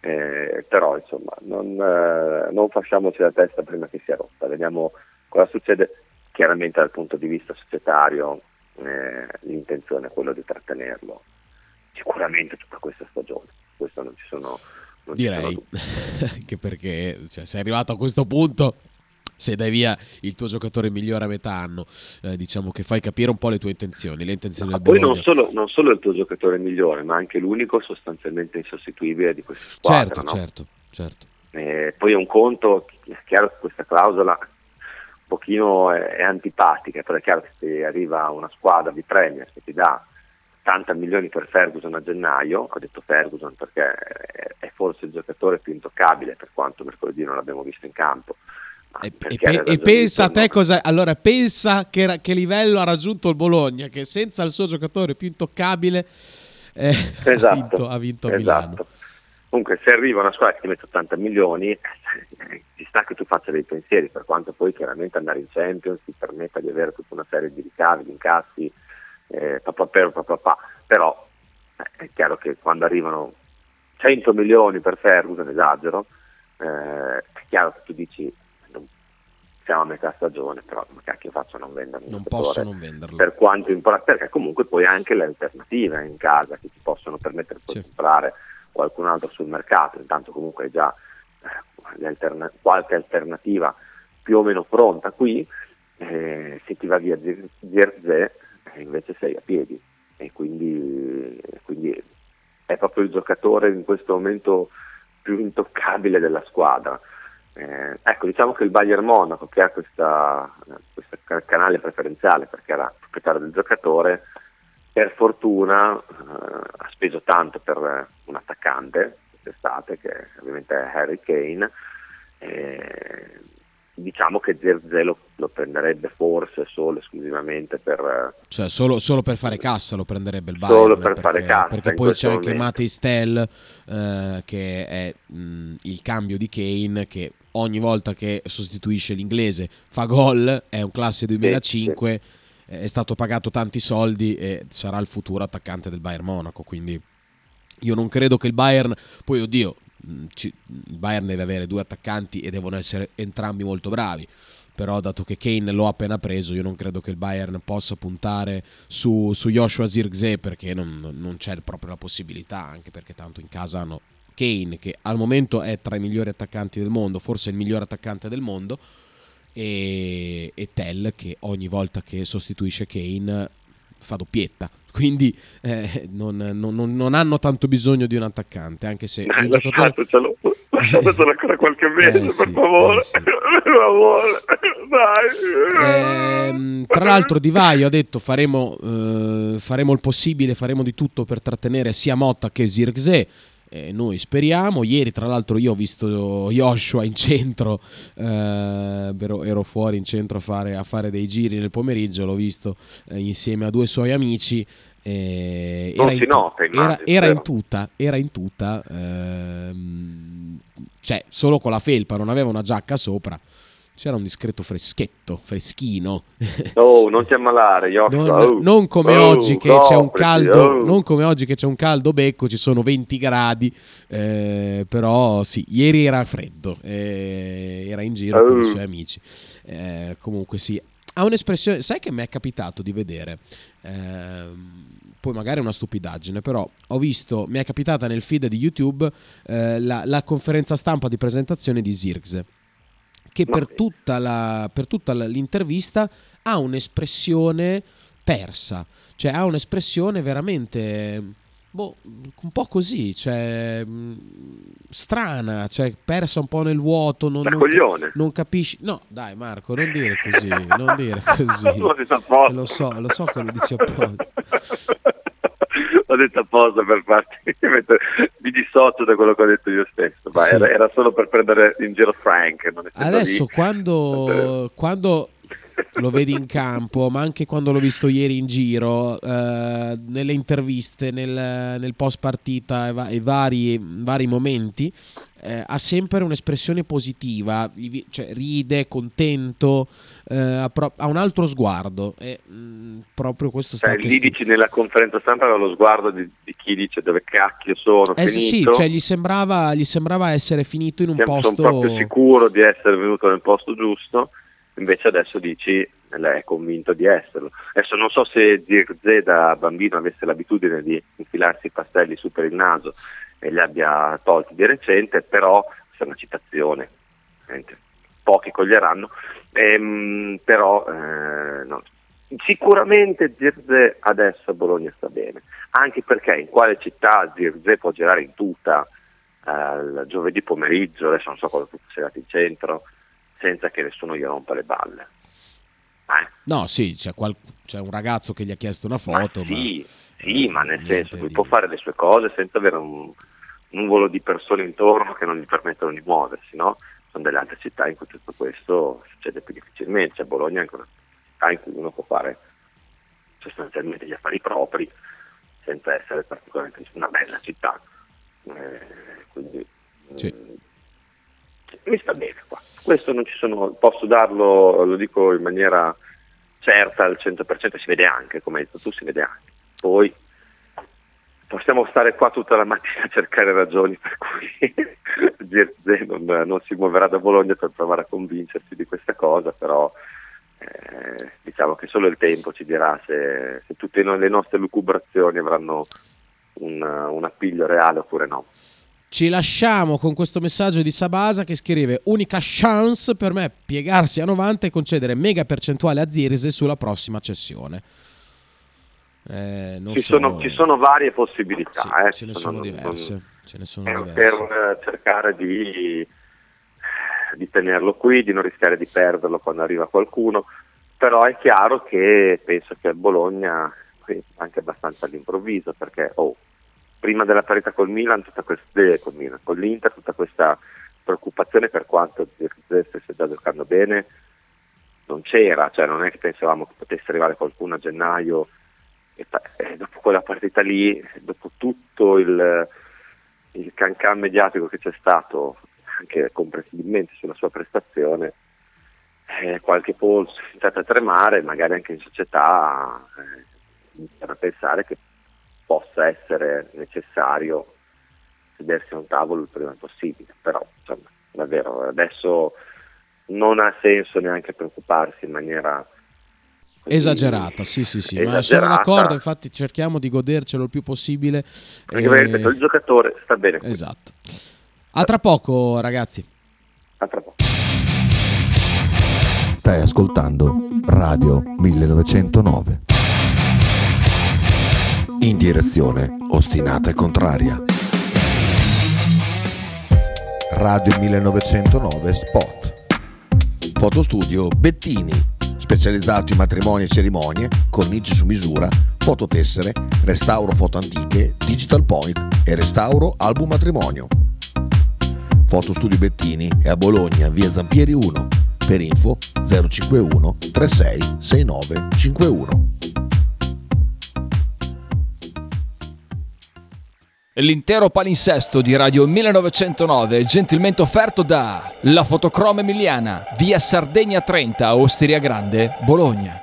eh, però insomma non, eh, non facciamoci la testa prima che sia rotta, vediamo cosa succede. Chiaramente dal punto di vista societario eh, l'intenzione è quello di trattenerlo sicuramente tutta questa stagione, questo non ci sono non direi ci sono che perché cioè, sei arrivato a questo punto, se dai via il tuo giocatore migliore a metà anno, eh, diciamo che fai capire un po' le tue intenzioni, le intenzioni no, del poi Bologna. non solo, non solo il tuo giocatore migliore, ma anche l'unico sostanzialmente insostituibile di questa squadra. Certo, no? certo, certo. Eh, poi è un conto, è chiaro che questa clausola un pochino è, è antipatica, però è chiaro che se arriva una squadra di Premier che ti dà ottanta milioni per Ferguson a gennaio, ho detto Ferguson perché è, è forse il giocatore più intoccabile, per quanto mercoledì non l'abbiamo visto in campo. E, e, pe- e pensa a te cosa, allora pensa che, ra- che livello ha raggiunto il Bologna, che senza il suo giocatore più intoccabile eh, esatto, ha vinto, ha vinto a esatto. Milano. Comunque se arriva una squadra che ti mette ottanta milioni eh, ci sta che tu faccia dei pensieri, per quanto poi chiaramente andare in Champions ti permetta di avere tutta una serie di ricavi, di incassi, eh, papà per papà, però eh, è chiaro che quando arrivano cento milioni per Ferguson, esagero, eh, è chiaro che tu dici siamo a metà stagione, però ma cacchio faccio a non venderlo? Non posso non venderlo. Per quanto importante, perché comunque poi anche le alternative in casa che ti possono permettere di sì. comprare qualcun altro sul mercato, intanto comunque è già eh, alterna- qualche alternativa più o meno pronta qui, eh, se ti va via Zirkzee eh, invece sei a piedi, e quindi, quindi è proprio il giocatore in questo momento più intoccabile della squadra. Eh, ecco, diciamo che il Bayern Monaco, che ha questa, questo canale preferenziale perché era proprietario del giocatore, per fortuna eh, ha speso tanto per un attaccante quest'estate, che ovviamente è Harry Kane. Eh, diciamo che Zirkzee lo, lo prenderebbe forse solo esclusivamente per cioè solo, solo per fare cassa lo prenderebbe il Bayern, solo per perché, fare cassa, perché poi c'è anche momento. Matthijs Tel eh, che è mh, il cambio di Kane, che ogni volta che sostituisce l'inglese fa gol, è un classe duemilacinque, sì, sì. È stato pagato tanti soldi e sarà il futuro attaccante del Bayern Monaco, quindi io non credo che il Bayern, poi oddio il Bayern deve avere due attaccanti e devono essere entrambi molto bravi, però dato che Kane l'ho appena preso, io non credo che il Bayern possa puntare su, su Joshua Zirkzee, perché non, non c'è proprio la possibilità, anche perché tanto in casa hanno Kane, che al momento è tra i migliori attaccanti del mondo, forse il miglior attaccante del mondo, e, e Tell, che ogni volta che sostituisce Kane fa doppietta, quindi eh, non, non, non hanno tanto bisogno di un attaccante, anche se Dai, un giocatore... lasciatecelo, lasciatecelo ancora qualche mese, eh, sì, per favore, eh, sì. per favore, dai. Eh, tra l'altro Di Vaio ha detto faremo, eh, faremo il possibile, faremo di tutto per trattenere sia Motta che Zirkzee. Eh, noi speriamo. Ieri tra l'altro io ho visto Joshua in centro eh, ero, ero fuori in centro a fare, a fare dei giri nel pomeriggio, l'ho visto eh, insieme a due suoi amici. Eh, non era si in, nota, immagino, era, era però. in tuta, era in tuta, ehm, cioè solo con la felpa, non aveva una giacca sopra. C'era un discreto freschetto, freschino. Oh, non ti ammalare, Yosha. Non, oh. non come oh, oggi che c'è un copriti, caldo, oh. non come oggi che c'è un caldo becco, ci sono venti gradi, eh, però sì, ieri era freddo, eh, era in giro oh. con i suoi amici. Eh, comunque sì, ha un'espressione, sai che mi è capitato di vedere, eh, poi magari è una stupidaggine, però ho visto, mi è capitata nel feed di YouTube eh, la, la conferenza stampa di presentazione di Zirkzee, che per tutta, la, per tutta la, l'intervista ha un'espressione persa, cioè ha un'espressione veramente boh, un po' così, cioè strana, cioè persa un po' nel vuoto, non, non, non capisci. No, dai Marco, non dire così, non dire così. Lo so, lo so che lo dici apposta. L'ho detto apposta per farti mi dissocio da quello che ho detto io stesso, ma sì. era, era solo per prendere in giro Frank. Non adesso lì. quando quando lo vedi in campo, ma anche quando l'ho visto ieri in giro, eh, nelle interviste, nel, nel post partita e, va- e vari, vari momenti, eh, ha sempre un'espressione positiva, cioè ride, contento, eh, ha, pro- ha un altro sguardo e mh, proprio questo sta cioè, lì dici nella conferenza stampa aveva lo sguardo di, di chi dice dove cacchio sono eh, finito. Sì, cioè gli sembrava, gli sembrava essere finito in un Sempre posto, sono proprio sicuro di essere venuto nel posto giusto. Invece adesso dici lei è convinto di esserlo. Adesso non so se Zirkzee da bambino avesse l'abitudine di infilarsi i pastelli su per il naso e li abbia tolti di recente, però è una citazione, pochi coglieranno, ehm, però eh, no. Sicuramente Zirkzee adesso a Bologna sta bene, anche perché in quale città Zirkzee può girare in tuta eh, giovedì pomeriggio, adesso non so quando tu sei andato in centro, senza che nessuno gli rompa le balle. Eh. No, sì, c'è, qual- c'è un ragazzo che gli ha chiesto una foto. Ma sì, ma... sì, ma nel senso lui di... può fare le sue cose senza avere un, un nuvolo di persone intorno che non gli permettono di muoversi, no? Sono delle altre città in cui tutto questo succede più difficilmente. Cioè Bologna è anche una città in cui uno può fare sostanzialmente gli affari propri senza essere particolarmente una bella città. Eh, quindi sì. mh, mi sta bene qua. Questo non ci sono, posso darlo, lo dico in maniera certa al cento per cento, si vede anche, come hai detto tu, si vede anche. Poi possiamo stare qua tutta la mattina a cercare ragioni per cui Zirkzee non, non si muoverà da Bologna per provare a convincersi di questa cosa, però eh, diciamo che solo il tempo ci dirà se, se tutte le nostre lucubrazioni avranno un, un appiglio reale oppure no. Ci lasciamo con questo messaggio di Sabasa che scrive: unica chance per me piegarsi a novanta e concedere mega percentuale a Zirkzee sulla prossima cessione. Eh, non ci, so... sono, ci sono varie possibilità, sì, eh. ce ne sono, sono diverse, non, ce ne sono per, diverse. per cercare di, di tenerlo qui, di non rischiare di perderlo quando arriva qualcuno, però è chiaro che penso che a Bologna anche abbastanza all'improvviso, perché oh, prima della parità col Milan, tutta questa, eh, col Milan, con l'Inter, tutta questa preoccupazione per quanto Zirkzee stesse già giocando bene non c'era, cioè non è che pensavamo che potesse arrivare qualcuno a gennaio e, e dopo quella partita lì, dopo tutto il, il cancan mediatico che c'è stato, anche comprensibilmente sulla sua prestazione, eh, qualche polso è iniziato a tremare, magari anche in società eh, iniziano a pensare che possa essere necessario sedersi a un tavolo il prima possibile, però insomma, davvero adesso non ha senso neanche preoccuparsi in maniera così esagerata, sì sì sì, esagerata. Ma sono d'accordo, infatti cerchiamo di godercelo il più possibile. Perché e... ripeto, il giocatore sta bene qui. Esatto. A tra poco ragazzi. A tra poco. Stai ascoltando Radio millenovecentonove. In direzione ostinata e contraria. Radio millenovecentonove Spot. Fotostudio Bettini, specializzato in matrimoni e cerimonie, cornici su misura, fototessere, restauro foto antiche, digital point e restauro album matrimonio. Fotostudio Bettini è a Bologna, via Zampieri uno. Per info zero cinquantuno trentasei sessantanove cinquantuno. L'intero palinsesto di Radio millenovecentonove è gentilmente offerto da La Fotocroma Emiliana, via Sardegna trenta, Osteria Grande, Bologna.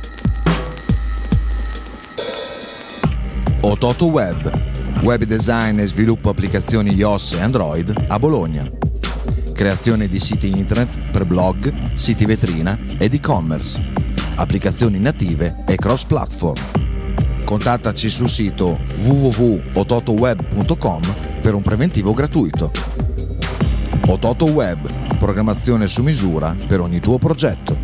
Ototo Web, web design e sviluppo applicazioni iOS e Android a Bologna. Creazione di siti internet per blog, siti vetrina ed e-commerce, applicazioni native e cross-platform. Contattaci sul sito w w w punto ototoweb punto com per un preventivo gratuito. Ototo Web, programmazione su misura per ogni tuo progetto.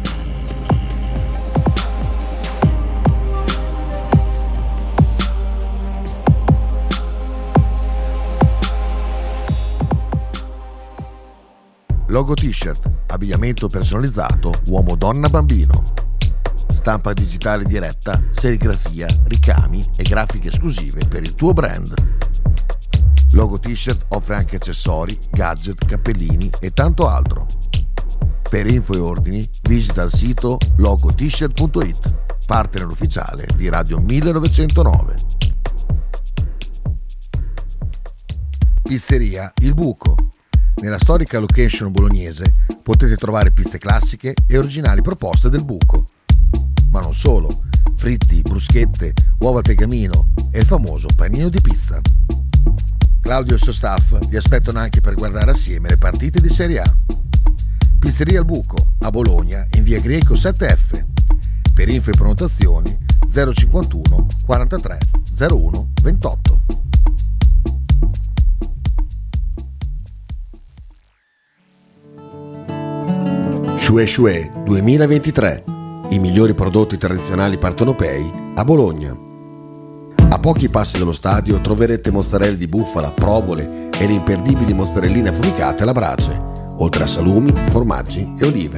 Logo T-shirt, abbigliamento personalizzato uomo, donna, bambino. Stampa digitale diretta, serigrafia, ricami e grafiche esclusive per il tuo brand. Logo T-shirt offre anche accessori, gadget, cappellini e tanto altro. Per info e ordini visita il sito logo t shirt punto it, partner ufficiale di Radio millenovecentonove. Pizzeria Il Buco. Nella storica location bolognese potete trovare piste classiche e originali proposte del buco. Ma non solo, fritti, bruschette, uova al tegamino e il famoso panino di pizza. Claudio e il suo staff vi aspettano anche per guardare assieme le partite di Serie A. Pizzeria Il Buco, a Bologna, in via Greco sette F. Per info e prenotazioni zero cinquantuno quarantatré zero uno ventotto. Shue Shue duemilaventitré, i migliori prodotti tradizionali partenopei a Bologna. A pochi passi dallo stadio troverete mozzarella di bufala, provole e le imperdibili mozzarelline affumicate alla brace, oltre a salumi, formaggi e olive.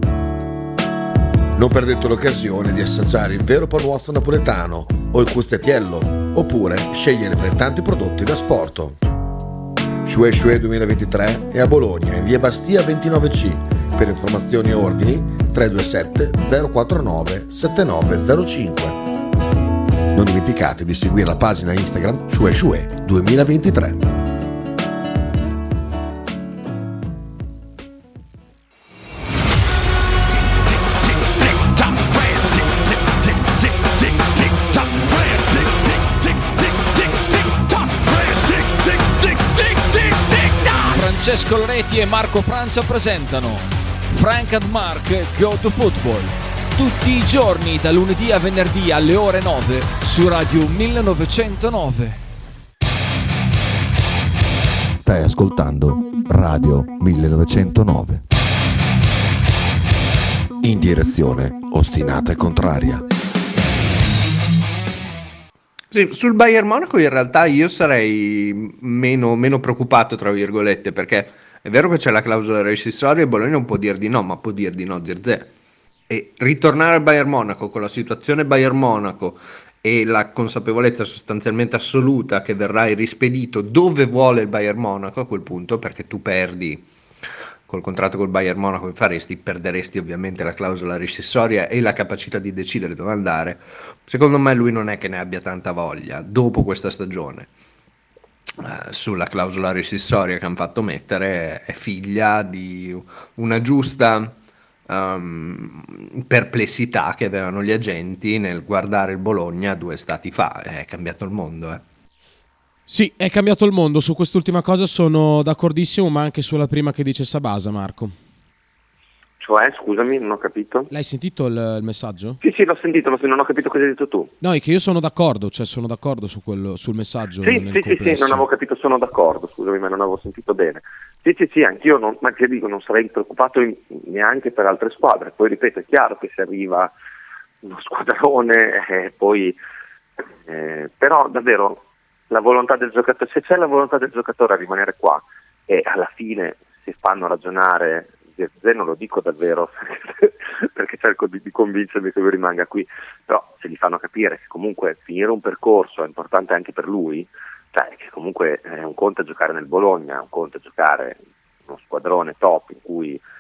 Non perdete l'occasione di assaggiare il vero panuozzo napoletano o il custettiello, oppure scegliere fra i tanti prodotti da sport. Shue Shue duemilaventitré è a Bologna, in via Bastia ventinove C. Per informazioni e ordini tre due sette zero quattro nove sette nove zero cinque. Non dimenticate di seguire la pagina Instagram Shue Shue duemilaventitré. Francesco Loretti e Marco Francia presentano Frank and Mark Go to Football, tutti i giorni da lunedì a venerdì alle ore nove su Radio millenovecentonove. Stai ascoltando Radio millenovecentonove. In direzione ostinata e contraria. Sì, sul Bayern Monaco in realtà io sarei meno, meno preoccupato, tra virgolette, perché è vero che c'è la clausola rescissoria e Bologna non può dir di no, ma può dir di no Zirze. E ritornare al Bayern Monaco con la situazione Bayern Monaco e la consapevolezza sostanzialmente assoluta che verrai rispedito dove vuole il Bayern Monaco a quel punto, perché tu perdi col contratto col Bayern Monaco che faresti, perderesti ovviamente la clausola rescissoria e la capacità di decidere dove andare. Secondo me lui non è che ne abbia tanta voglia dopo questa stagione. Uh, sulla clausola rescissoria che hanno fatto mettere è figlia di una giusta um, perplessità che avevano gli agenti nel guardare il Bologna due stati fa. È cambiato il mondo, eh. Sì, è cambiato il mondo, su quest'ultima cosa sono d'accordissimo, ma anche sulla prima che dice Sabasa, Marco. Cioè, scusami, non ho capito. L'hai sentito il, il messaggio? Sì, sì, l'ho sentito, ma non ho capito cosa hai detto tu. No, è che io sono d'accordo, cioè sono d'accordo su quello, sul messaggio. Sì, nel sì, sì, sì, non avevo capito, sono d'accordo, scusami, ma non avevo sentito bene. Sì, sì, sì, anch'io, non, ma che dico, non sarei preoccupato in, neanche per altre squadre. Poi, ripeto, è chiaro che se arriva uno squadrone, eh, poi... Eh, però, davvero, la volontà del giocatore, se c'è la volontà del giocatore a rimanere qua, e alla fine si fanno ragionare... non lo dico davvero perché cerco di, di convincermi che lui rimanga qui, però se gli fanno capire che comunque finire un percorso è importante anche per lui, cioè che comunque è un conto a giocare nel Bologna, un conto a giocare uno squadrone top in cui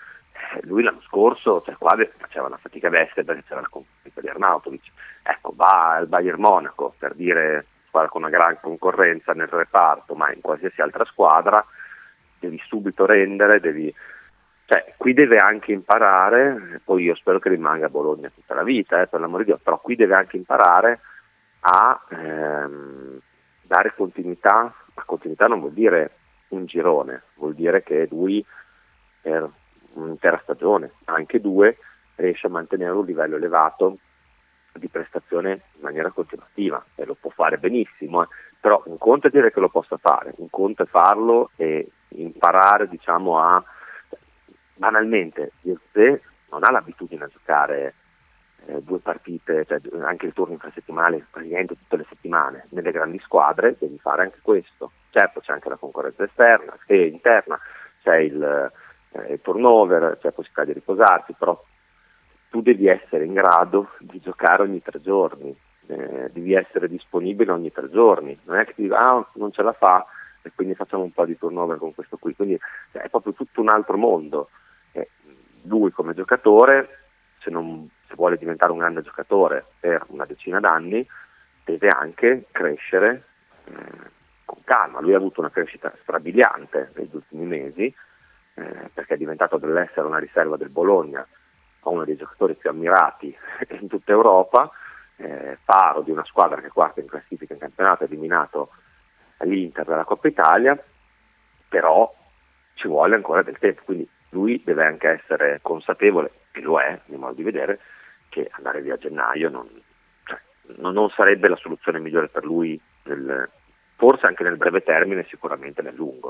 lui l'anno scorso, cioè qua faceva una fatica bestia perché c'era la concorrenza di Arnautovic. Ecco, va al Bayern Monaco, per dire, squadra con una gran concorrenza nel reparto, ma in qualsiasi altra squadra devi subito rendere, devi, cioè qui deve anche imparare, poi io spero che rimanga a Bologna tutta la vita, eh, per l'amore di Dio, però qui deve anche imparare a ehm, dare continuità, ma continuità non vuol dire un girone, vuol dire che lui per un'intera stagione, anche due, riesce a mantenere un livello elevato di prestazione in maniera continuativa, e lo può fare benissimo, eh. Però un conto è dire che lo possa fare, un conto è farlo e imparare, diciamo, a banalmente, Zirkzee non ha l'abitudine a giocare eh, due partite, cioè anche il turno infrasettimanale, praticamente tutte le settimane. Nelle grandi squadre devi fare anche questo. Certo, c'è anche la concorrenza esterna e interna, c'è il, eh, il turnover, c'è la possibilità di riposarsi, però tu devi essere in grado di giocare ogni tre giorni, eh, devi essere disponibile ogni tre giorni, non è che ti dici ah non ce la fa e quindi facciamo un po' di turnover con questo qui, quindi cioè, è proprio tutto un altro mondo. Eh, lui come giocatore, se, non, se vuole diventare un grande giocatore per una decina d'anni, deve anche crescere eh, con calma. Lui ha avuto una crescita strabiliante negli ultimi mesi, eh, perché è diventato dall'essere una riserva del Bologna a uno dei giocatori più ammirati in tutta Europa, eh, faro di una squadra che è quarta in classifica in campionato, ha eliminato l'Inter dalla Coppa Italia, però ci vuole ancora del tempo, quindi lui deve anche essere consapevole, e lo è, nel modo di vedere, che andare via a gennaio non, cioè, non, non sarebbe la soluzione migliore per lui, nel, forse anche nel breve termine, sicuramente nel lungo.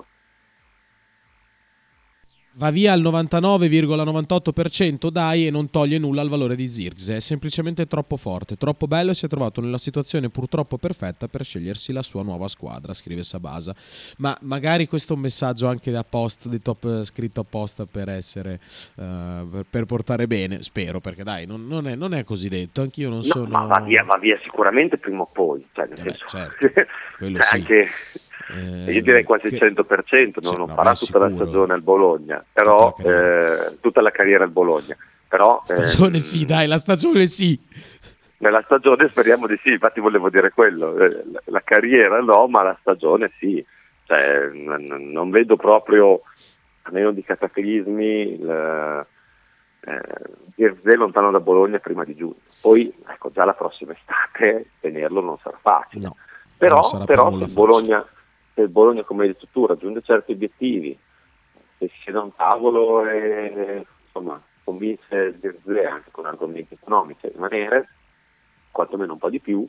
Va via al novantanove virgola novantotto per cento dai, e non toglie nulla al valore di Zirkzee. È semplicemente troppo forte, troppo bello, e si è trovato nella situazione purtroppo perfetta per scegliersi la sua nuova squadra, scrive Sabasa. Ma magari questo è un messaggio anche da post, di top, scritto apposta per essere uh, per, per portare bene, spero, perché dai, non, non, è, non è così detto, anch'io non no, sono... ma va via, va via sicuramente prima o poi, cioè nel eh beh, senso certo, quello sì. anche Eh, io direi quasi il cento per cento, non, sì, non no, farà beh, tutta la sicuro. stagione al Bologna, però Tutta la carriera, eh, tutta la carriera al Bologna, però stagione ehm, sì, dai, la stagione sì. Nella stagione speriamo di sì, infatti volevo dire quello, eh, la, la carriera no, ma la stagione sì, cioè, n- non vedo proprio, a meno di cataclismi, il, eh, Zirkzee lontano da Bologna prima di giugno. Poi ecco, già la prossima estate tenerlo non sarà facile, No, però, non sarà per però nulla se il facile. Bologna, se il Bologna, come hai detto tu, raggiunge certi obiettivi, se si siede a un tavolo e insomma convince Zirkzee anche con argomenti economici a rimanere quantomeno un po' di più,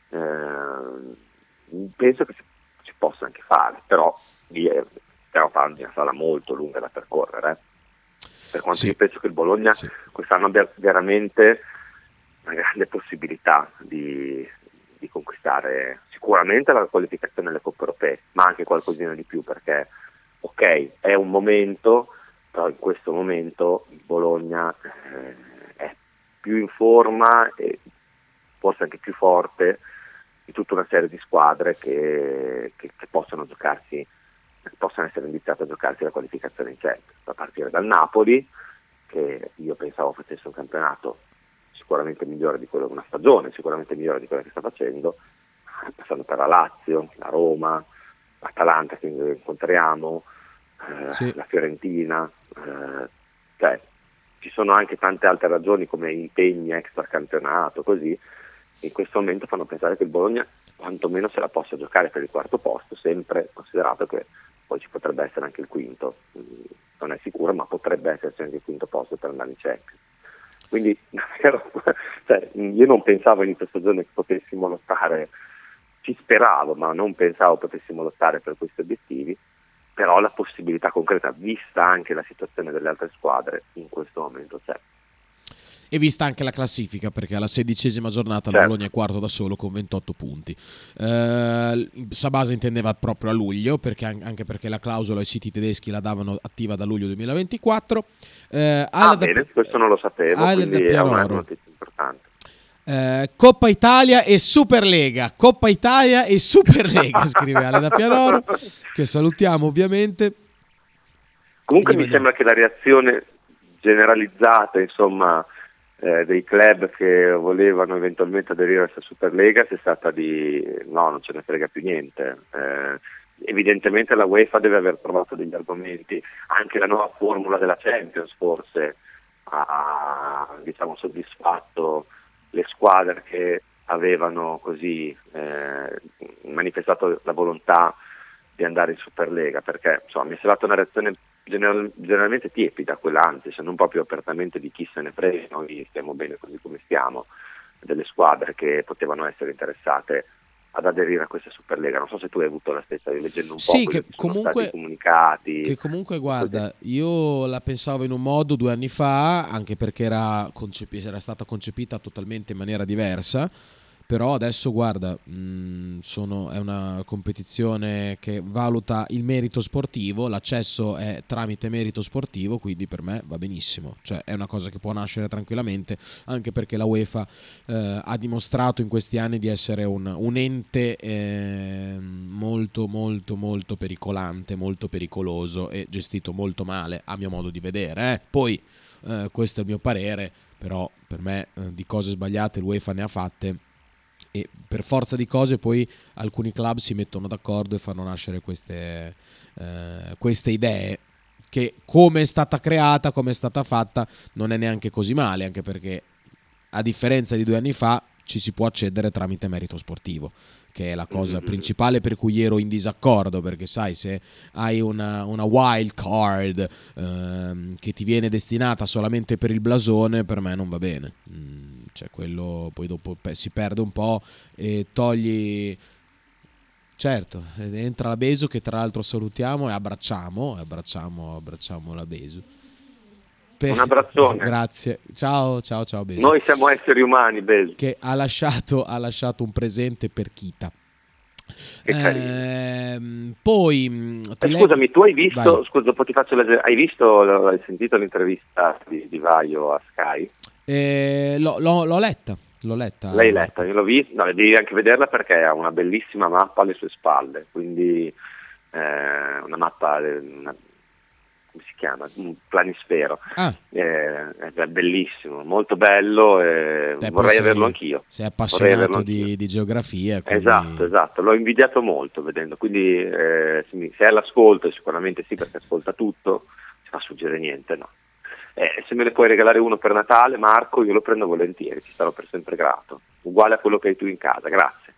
eh, penso che si, si possa anche fare, però lì è, stiamo parlando di una strada molto lunga da percorrere, eh. Per quanto Sì. io penso che il Bologna Sì. quest'anno abbia veramente una grande possibilità di, di conquistare sicuramente la qualificazione alle Coppe Europee, ma anche qualcosina di più, perché ok, è un momento, però in questo momento il Bologna eh, è più in forma e forse anche più forte di tutta una serie di squadre che, che, che possono giocarsi, possono essere iniziate a giocarsi la qualificazione in Champions, a partire dal Napoli, che io pensavo facesse un campionato sicuramente migliore di quello, una stagione sicuramente migliore di quella che sta facendo, passando per la Lazio, la Roma, l'Atalanta che incontriamo, eh, Sì. la Fiorentina, eh, cioè ci sono anche tante altre ragioni come impegni extra campionato, così in questo momento fanno pensare che il Bologna quantomeno se la possa giocare per il quarto posto, sempre considerato che poi ci potrebbe essere anche il quinto, non è sicuro, ma potrebbe esserci anche il quinto posto per andare in Champions. Quindi davvero, cioè, io non pensavo in questa stagione che potessimo lottare, ci speravo, ma non pensavo potessimo lottare per questi obiettivi, però la possibilità concreta, vista anche la situazione delle altre squadre, in questo momento c'è. E vista anche la classifica, perché alla sedicesima giornata il Certo. Bologna è quarto da solo con ventotto punti. Eh, Sabasa intendeva proprio a luglio, perché anche perché la clausola ai siti tedeschi la davano attiva da luglio duemilaventiquattro. Eh, Ah, da, bene, questo non lo sapevo, Ale quindi da è una Pianoro. notizia importante. Eh, Coppa Italia e Superlega, Coppa Italia e Superlega, scrive Ale da Pianoro, che salutiamo ovviamente. Comunque Gli mi vogliamo- sembra che la reazione generalizzata, insomma, eh, dei club che volevano eventualmente aderire a questa Superlega sia stata di no, non ce ne frega più niente. Eh, evidentemente la UEFA deve aver trovato degli argomenti, anche la nuova formula della Champions forse ha, diciamo, soddisfatto le squadre che avevano così eh, manifestato la volontà di andare in Superlega, perché insomma mi è sembrata una reazione general, generalmente tiepida quella, anzi se non proprio apertamente di chi se ne frega, noi stiamo bene così come stiamo, delle squadre che potevano essere interessate ad aderire a questa Superlega. Non so se tu hai avuto la stessa, leggendo un sì, po' che che sono comunque, stati comunicati. Che comunque guarda, io la pensavo in un modo due anni fa, anche perché era, concepi- era stata concepita totalmente in maniera diversa, però adesso guarda, mh, sono, è una competizione che valuta il merito sportivo, l'accesso è tramite merito sportivo, quindi per me va benissimo, cioè è una cosa che può nascere tranquillamente, anche perché la UEFA eh, ha dimostrato in questi anni di essere un, un ente eh, molto molto molto pericolante, molto pericoloso e gestito molto male a mio modo di vedere, eh. Poi eh, questo è il mio parere, però per me eh, di cose sbagliate l'UEFA ne ha fatte, e per forza di cose poi alcuni club si mettono d'accordo e fanno nascere queste, eh, queste idee che, come è stata creata, come è stata fatta, non è neanche così male, anche perché a differenza di due anni fa ci si può accedere tramite merito sportivo, che è la cosa Mm-hmm. principale per cui ero in disaccordo, perché sai, se hai una, una wild card ehm, che ti viene destinata solamente per il blasone, per me non va bene. Mm, cioè quello poi dopo pe- si perde un po' e togli, certo, entra la Besu, che tra l'altro salutiamo e abbracciamo abbracciamo, abbracciamo la Besu. Per... Un abbraccione. Grazie, ciao ciao ciao Besu. Noi siamo esseri umani, Besu. Che ha lasciato, ha lasciato un presente per Kita. Che ehm, poi eh, ti scusami, leggo... tu hai visto, Vai. scusa, dopo ti faccio leggere, hai visto, hai sentito l'intervista di, di Vaio a Sky? Eh, l'ho, l'ho, l'ho letta, l'ho letta. L'hai letta, io l'ho vista, no, devi anche vederla perché ha una bellissima mappa alle sue spalle, quindi eh, una mappa, una, come si chiama? Un planisfero, Ah. eh, è bellissimo, molto bello, e Te, vorrei sei, averlo anch'io. Sei appassionato di, di geografia. Quindi... Esatto, esatto, l'ho invidiato molto vedendo, quindi eh, se è all'ascolto, sicuramente sì, perché ascolta tutto, si fa sfuggire niente, no. Eh, se me ne puoi regalare uno per Natale, Marco, io lo prendo volentieri, ti sarò per sempre grato, uguale a quello che hai tu in casa, grazie.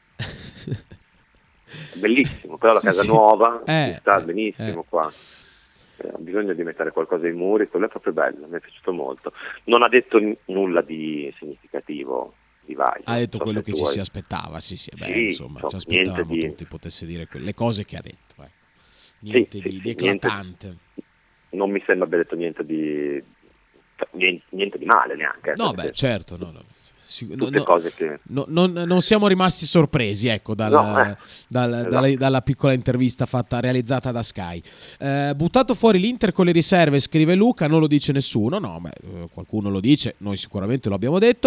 Bellissimo, però la sì, casa sì. nuova eh, sta eh, benissimo eh. qua. Eh, ha bisogno di mettere qualcosa ai muri, quello è proprio bello, mi è piaciuto molto. Non ha detto n- nulla di significativo di Vaio. Ha detto so quello se che tu ci hai... si aspettava, sì sì, beh, Sì, insomma, insomma, ci aspettavamo niente di... tutti potesse dire que- le cose che ha detto. Eh. Niente sì, di, sì, di sì, niente, eclatante. non mi sembra abbia detto niente di niente, niente di male neanche. No, beh, certo, no, no. Tutte no, cose che... no, non, non siamo rimasti sorpresi, ecco, dal, no, eh, dal, esatto. dalla, dalla piccola intervista fatta, realizzata da Sky. Eh, buttato fuori l'Inter con le riserve, scrive Luca, non lo dice nessuno. No, beh, qualcuno lo dice, noi sicuramente lo abbiamo detto,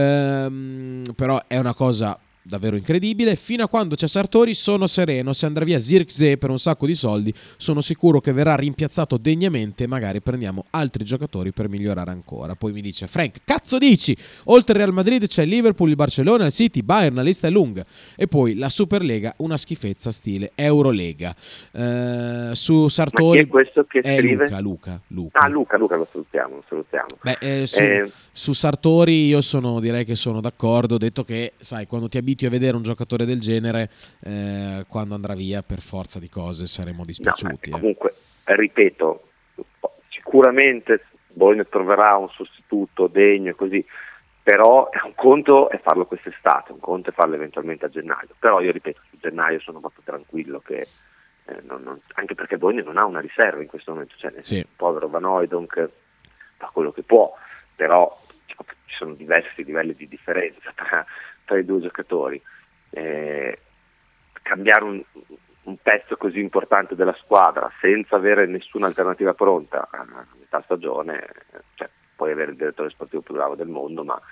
ehm, però è una cosa davvero incredibile. Fino a quando c'è Sartori sono sereno, se andrà via Zirkzee per un sacco di soldi sono sicuro che verrà rimpiazzato degnamente e magari prendiamo altri giocatori per migliorare ancora. Poi mi dice Frank, cazzo dici? Oltre al Real Madrid c'è il Liverpool, il Barcellona, il City, Bayern, la lista è lunga. E poi la Superlega, una schifezza stile Eurolega. Eh, su Sartori... Ma chi è questo che è scrive? Luca, Luca, Luca. Ah, Luca, Luca lo salutiamo, lo salutiamo. Beh, eh, su, eh, su Sartori io sono, direi che sono d'accordo, detto che, sai, quando ti abitui a vedere un giocatore del genere, eh, quando andrà via per forza di cose saremo dispiaciuti. No, eh. comunque, ripeto, sicuramente Bologna troverà un sostituto degno e così, però un conto è farlo quest'estate, un conto è farlo eventualmente a gennaio, però io ripeto, su gennaio sono proprio tranquillo che eh, non, non, anche perché Bologna non ha una riserva in questo momento, cioè nel Sì. senso, il povero Van Hooijdonk fa quello che può, però diciamo, ci sono diversi livelli di differenza tra, tra i due giocatori. Eh, cambiare un, un pezzo così importante della squadra senza avere nessuna alternativa pronta a metà stagione, cioè, puoi avere il direttore sportivo più bravo del mondo, ma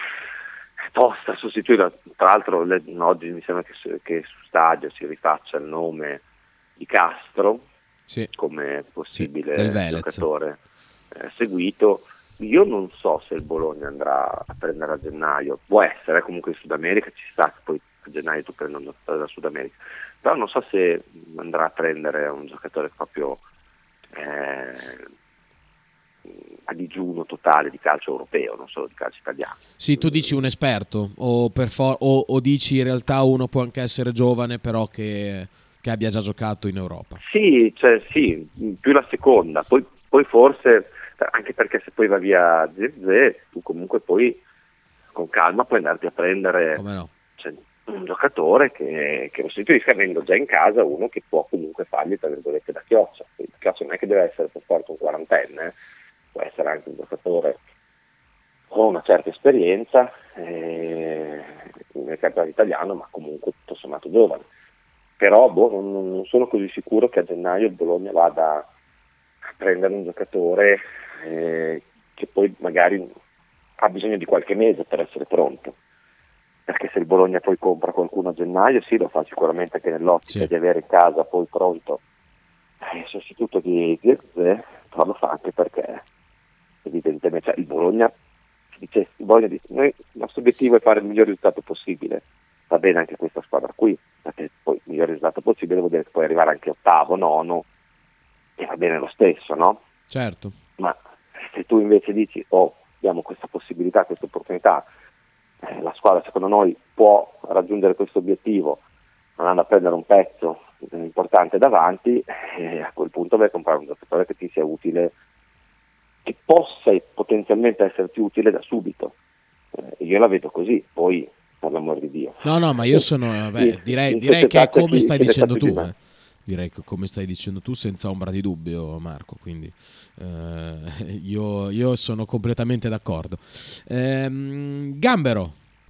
è tosta sostituire. Tra l'altro le, oggi mi sembra che, che su Stadio si rifaccia il nome di Castro, sì. come possibile sì, del giocatore eh, seguito. io non so se il Bologna andrà a prendere a gennaio, può essere, comunque in Sud America ci sta, che poi a gennaio tu prendi un giocatore da Sud America, però non so se andrà a prendere un giocatore proprio eh, a digiuno totale di calcio europeo, non solo di calcio italiano. Sì, tu dici un esperto o, per for- o, o dici in realtà uno può anche essere giovane però che, che abbia già giocato in Europa? Sì, cioè sì, più la seconda, poi, poi forse, anche perché se poi va via Zirze, tu comunque poi con calma puoi andarti a prendere Come no? cioè, un giocatore che, che lo sostituisca avendo già in casa uno che può comunque fargli tra virgolette da chioccia. Quindi, la chioccia non è che deve essere per forza un quarantenne, eh. Può essere anche un giocatore con una certa esperienza eh, nel campionato italiano, ma comunque tutto sommato giovane. Però boh, non, non sono così sicuro che a gennaio il Bologna vada a prendere un giocatore eh, che poi magari ha bisogno di qualche mese per essere pronto, perché se il Bologna poi compra qualcuno a gennaio sì, lo fa sicuramente anche nell'ottica Sì. di avere in casa poi pronto il sostituto di Zirze, però lo fa anche perché evidentemente cioè, il Bologna dice, il Bologna dice noi, il nostro obiettivo è fare il miglior risultato possibile, va bene anche questa squadra qui, perché poi il miglior risultato possibile vuol dire che puoi arrivare anche ottavo, nono e va bene lo stesso, no? Certo. Ma se tu invece dici oh, abbiamo questa possibilità, questa opportunità, eh, la squadra secondo noi può raggiungere questo obiettivo andando a prendere un pezzo eh, importante davanti, eh, a quel punto vai a comprare un giocatore che ti sia utile, che possa potenzialmente esserti utile da subito. Eh, io la vedo così, poi per l'amor di Dio. No, no, ma io sono, vabbè, In- direi, in direi che è società c'è come chi- stai chi ne sa dicendo più di tu, me. eh. Direi che come stai dicendo tu senza ombra di dubbio, Marco, quindi eh, io, io sono completamente d'accordo. Ehm, Gambero,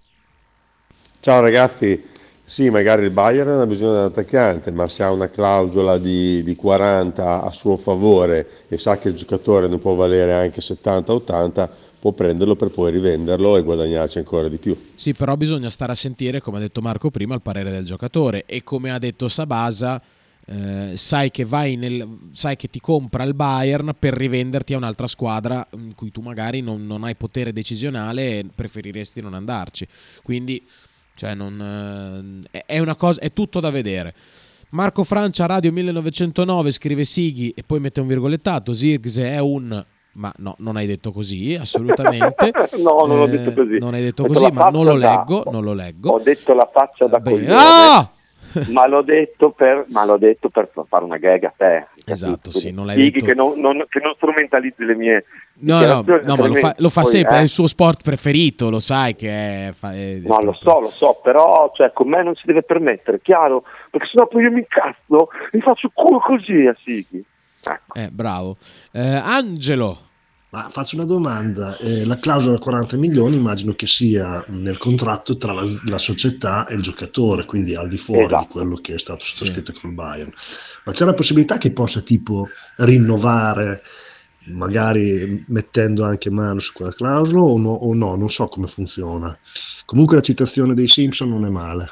Ciao ragazzi, sì, magari il Bayern ha bisogno di un attaccante, ma se ha una clausola di, di quaranta a suo favore e sa che il giocatore ne può valere anche settanta ottanta, può prenderlo per poi rivenderlo e guadagnarci ancora di più. sì, però bisogna stare a sentire, come ha detto Marco prima, il parere del giocatore e come ha detto Sabasa, eh, sai che vai nel, sai che ti compra il Bayern per rivenderti a un'altra squadra in cui tu magari non, non hai potere decisionale e preferiresti non andarci. Quindi, cioè, non, eh, è una cosa, è tutto da vedere. Marco Francia, Radio millenovecentonove, scrive Sighi e poi mette un virgolettato. Zirkzee è un... Ma no, non hai detto così, assolutamente. No, non ho Eh, detto così. Non hai detto Ho così, la ma non lo faccia da- leggo, non lo leggo. Ho detto la faccia da Bene. coglione, Ah! ma l'ho detto per ma l'ho detto per fare una gag a te. Esatto, capito? sì, non l'hai Dighi detto. che non, non- che non strumentalizzi le mie No, no, dichiarazioni, no, ma lo fa, altrimenti lo fa poi, sempre, eh. è il suo sport preferito, lo sai che è... fa- è- No, lo so, lo so, però cioè, con me non si deve permettere, chiaro? Perché sennò poi io mi incazzo, mi faccio culo così a Sighi. Ecco. Eh, bravo. Eh, Angelo, Ma faccio una domanda, eh, la clausola quaranta milioni immagino che sia nel contratto tra la, la società e il giocatore, quindi al di fuori di Esatto. quello che è stato sottoscritto con il Bayern. Ma c'è la possibilità che possa tipo rinnovare, magari mettendo anche mano su quella clausola o no, o no? Non so come funziona. Comunque la citazione dei Simpson non è male.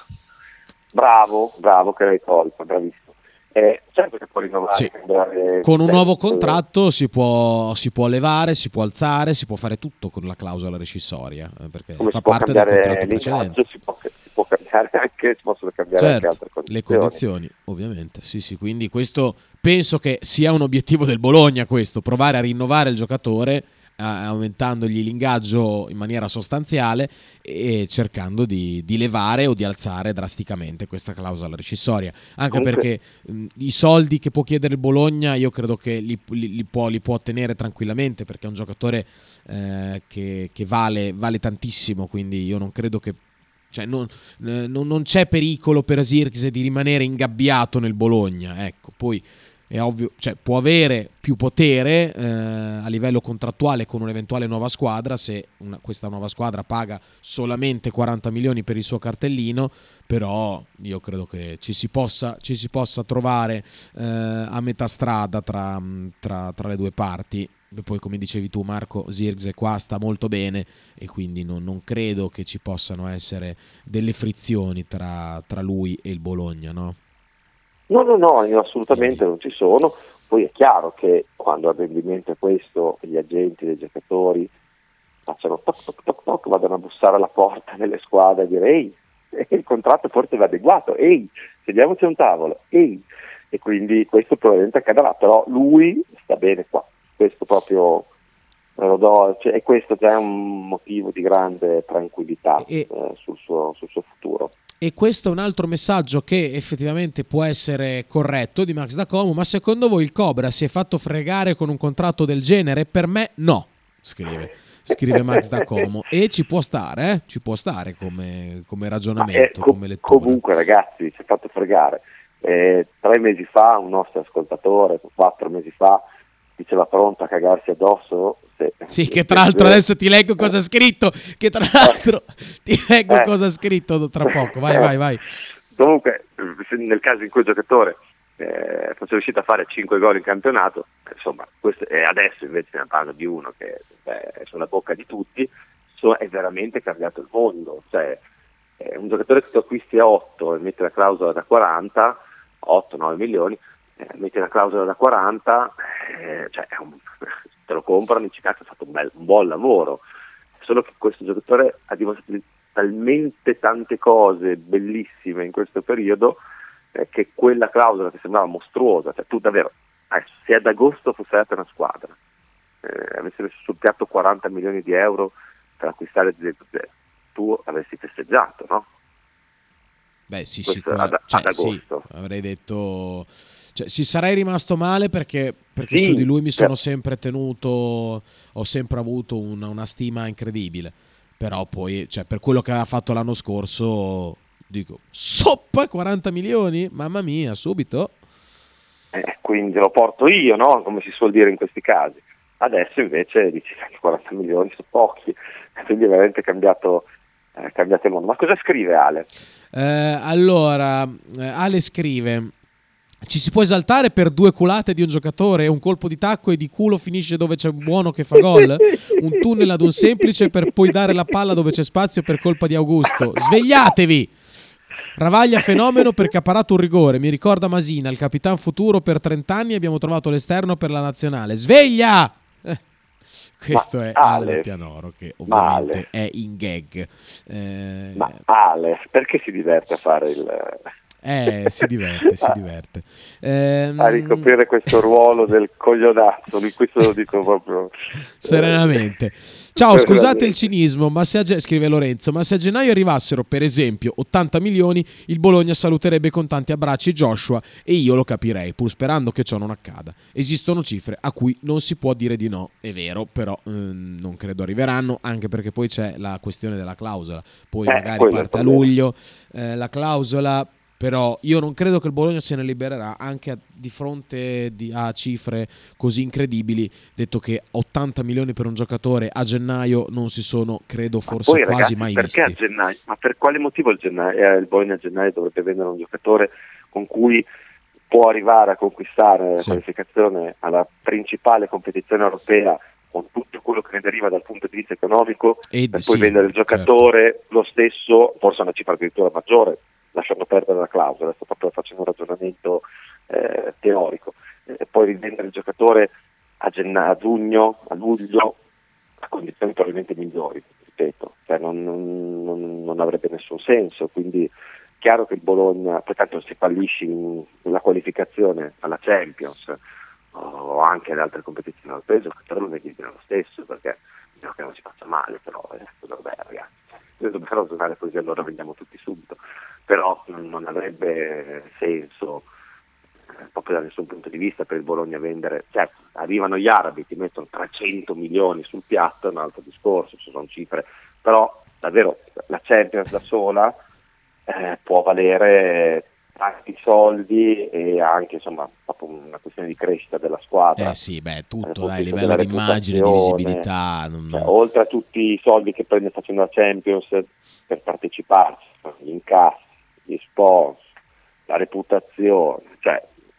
Bravo, bravo che l'hai tolta, bravissimo. Eh, certo che può rinnovare. Sì. cambiare- con un cioè, nuovo eh, contratto si può, si può levare, si può alzare, si può fare tutto con la clausola rescissoria, eh, perché come fa si può parte del cambiare contratto precedente. l'ingaggio, si può, si può cambiare anche, si possono cambiare anche Certo, altre condizioni. le condizioni, ovviamente. Sì, sì, quindi questo penso che sia un obiettivo del Bologna, questo, provare a rinnovare il giocatore eh, aumentandogli l'ingaggio in maniera sostanziale e cercando di, di levare o di alzare drasticamente questa clausola rescissoria, anche Comunque- perché mh, i soldi che può chiedere il Bologna io credo che li, li- li può, li può ottenere tranquillamente, perché è un giocatore eh, che, che vale, vale tantissimo, quindi io non credo che cioè non, eh, non- non c'è pericolo per Zirkzee di rimanere ingabbiato nel Bologna, ecco. Poi è ovvio, cioè può avere più potere eh, a livello contrattuale con un'eventuale nuova squadra se una- questa nuova squadra paga solamente quaranta milioni per il suo cartellino, però io credo che ci si possa, ci si possa trovare eh, a metà strada tra, tra- tra le due parti. E poi, come dicevi tu, Marco, Zirkzee qua sta molto bene e quindi non, non credo che ci possano essere delle frizioni tra, tra lui e il Bologna, no? No, no, no, io assolutamente non ci sono. poi è chiaro che quando il rendimento è questo, gli agenti dei giocatori facciano toc toc toc toc, vadano a bussare alla porta delle squadre e dire ehi, il contratto forse va adeguato, ehi, sediamoci a un tavolo, ehi, e quindi questo probabilmente accadrà, però lui sta bene qua, questo proprio me lo do, cioè, e questo già è un motivo di grande tranquillità e, eh, sul, suo, sul suo futuro. E questo è un altro messaggio che effettivamente può essere corretto di Max Da Como, ma secondo voi il Cobra si è fatto fregare con un contratto del genere? Per me no, scrive. Scrive Max Da Como, e ci può stare, eh? ci può stare come, come ragionamento, eh, co- come lettura. Comunque ragazzi, si è fatto fregare. Eh, tre mesi fa un nostro ascoltatore, quattro mesi fa, diceva pronto a cagarsi addosso. Se, sì, che tra l'altro adesso ti leggo cosa ha scritto, che tra l'altro ti leggo eh. cosa ha scritto tra poco, vai, vai, vai. Comunque, nel caso in cui il giocatore eh, fosse riuscito a fare cinque gol in campionato, insomma, questo, e adesso invece ne parlo di uno che beh, è sulla bocca di tutti, so, è veramente cambiato il mondo. Cioè, eh, un giocatore che tu acquisti a otto e metti la clausola da quaranta, otto nove milioni, eh, metti la clausola da quaranta, eh, cioè è un, te lo comprano e dici cazzo, ha fatto un, bel, un buon lavoro. Solo che questo giocatore ha dimostrato talmente tante cose bellissime in questo periodo eh, che quella clausola che sembrava mostruosa, cioè tu davvero, eh, se ad agosto fosse stata una squadra eh, avessi messo sul piatto quaranta milioni di euro per acquistare Zirkzee, tu avresti festeggiato, no? Beh sì, Questo sicuramente, ad, cioè, ad agosto. Sì, avrei detto, cioè, ci sarei rimasto male perché, perché Sì, su di lui mi sono per... sempre tenuto, ho sempre avuto una, una stima incredibile, però poi, cioè, per quello che aveva fatto l'anno scorso, dico, soppa quaranta milioni? Mamma mia, subito. Eh, quindi lo porto io, no? Come si suol dire in questi casi. Adesso invece dici che quaranta milioni sono pochi, quindi è veramente cambiato, eh, cambiato il mondo. Ma cosa scrive Ale? Eh, allora, eh, Ale scrive: ci si può esaltare per due culate di un giocatore, un colpo di tacco e di culo finisce dove c'è un buono che fa gol, un tunnel ad un semplice per poi dare la palla dove c'è spazio per colpa di Augusto. Svegliatevi! Ravaglia fenomeno perché ha parato un rigore, mi ricorda Masina, il capitan futuro per trenta anni, abbiamo trovato l'esterno per la nazionale. Sveglia! Eh, questo ma è Ale, Ale Pianoro, che ovviamente Ale, è in gag. Eh, ma Ale, perché si diverte a fare il... Eh, si diverte, si diverte. Ehm... a ricoprire questo ruolo del coglionazzo, di questo lo dico proprio serenamente. Ciao, scusate il cinismo, ma se a ge- scrive Lorenzo, ma se a gennaio arrivassero per esempio ottanta milioni, il Bologna saluterebbe con tanti abbracci Joshua e io lo capirei, pur sperando che ciò non accada. Esistono cifre a cui non si può dire di no, è vero, però ehm, non credo arriveranno, anche perché poi c'è la questione della clausola, poi eh, magari parte a luglio eh, la clausola. Però io non credo che il Bologna se ne libererà, anche a, di fronte di, a cifre così incredibili, detto che ottanta milioni per un giocatore a gennaio non si sono, credo, forse poi, quasi ragazzi, mai perché visti. A gennaio? Ma per quale motivo il, gennaio, eh, il Bologna a gennaio dovrebbe vendere un giocatore con cui può arrivare a conquistare Sì. la qualificazione alla principale competizione europea con tutto quello che ne deriva dal punto di vista economico, E, per sì, poi vendere il giocatore certo. lo stesso, forse una cifra addirittura maggiore, lasciando perdere la clausola, sto proprio facendo un ragionamento eh, teorico, e poi rivendere il giocatore a, genna- a giugno, a luglio, a condizioni probabilmente migliori, ripeto, cioè non, non, non avrebbe nessun senso, quindi chiaro che il Bologna, pertanto se fallisci in, la qualificazione alla Champions o anche alle altre competizioni europee, il giocatore lo vedi bene lo stesso, perché spero che non si faccia male, però eh, vabbè ragazzi, se dobbiamo giocare così allora vendiamo tutti subito, però non avrebbe senso eh, proprio da nessun punto di vista per il Bologna vendere, certo arrivano gli arabi, ti mettono trecento milioni sul piatto, è un altro discorso, sono cifre, però davvero la Champions da sola eh, può valere tanti soldi e anche insomma proprio una questione di crescita della squadra. Eh sì, beh, tutto, eh, dai, livello di immagine, di visibilità. Non... Cioè, oltre a tutti i soldi che prende facendo la Champions per parteciparci, gli incassi, gli sponsor, la reputazione, cioè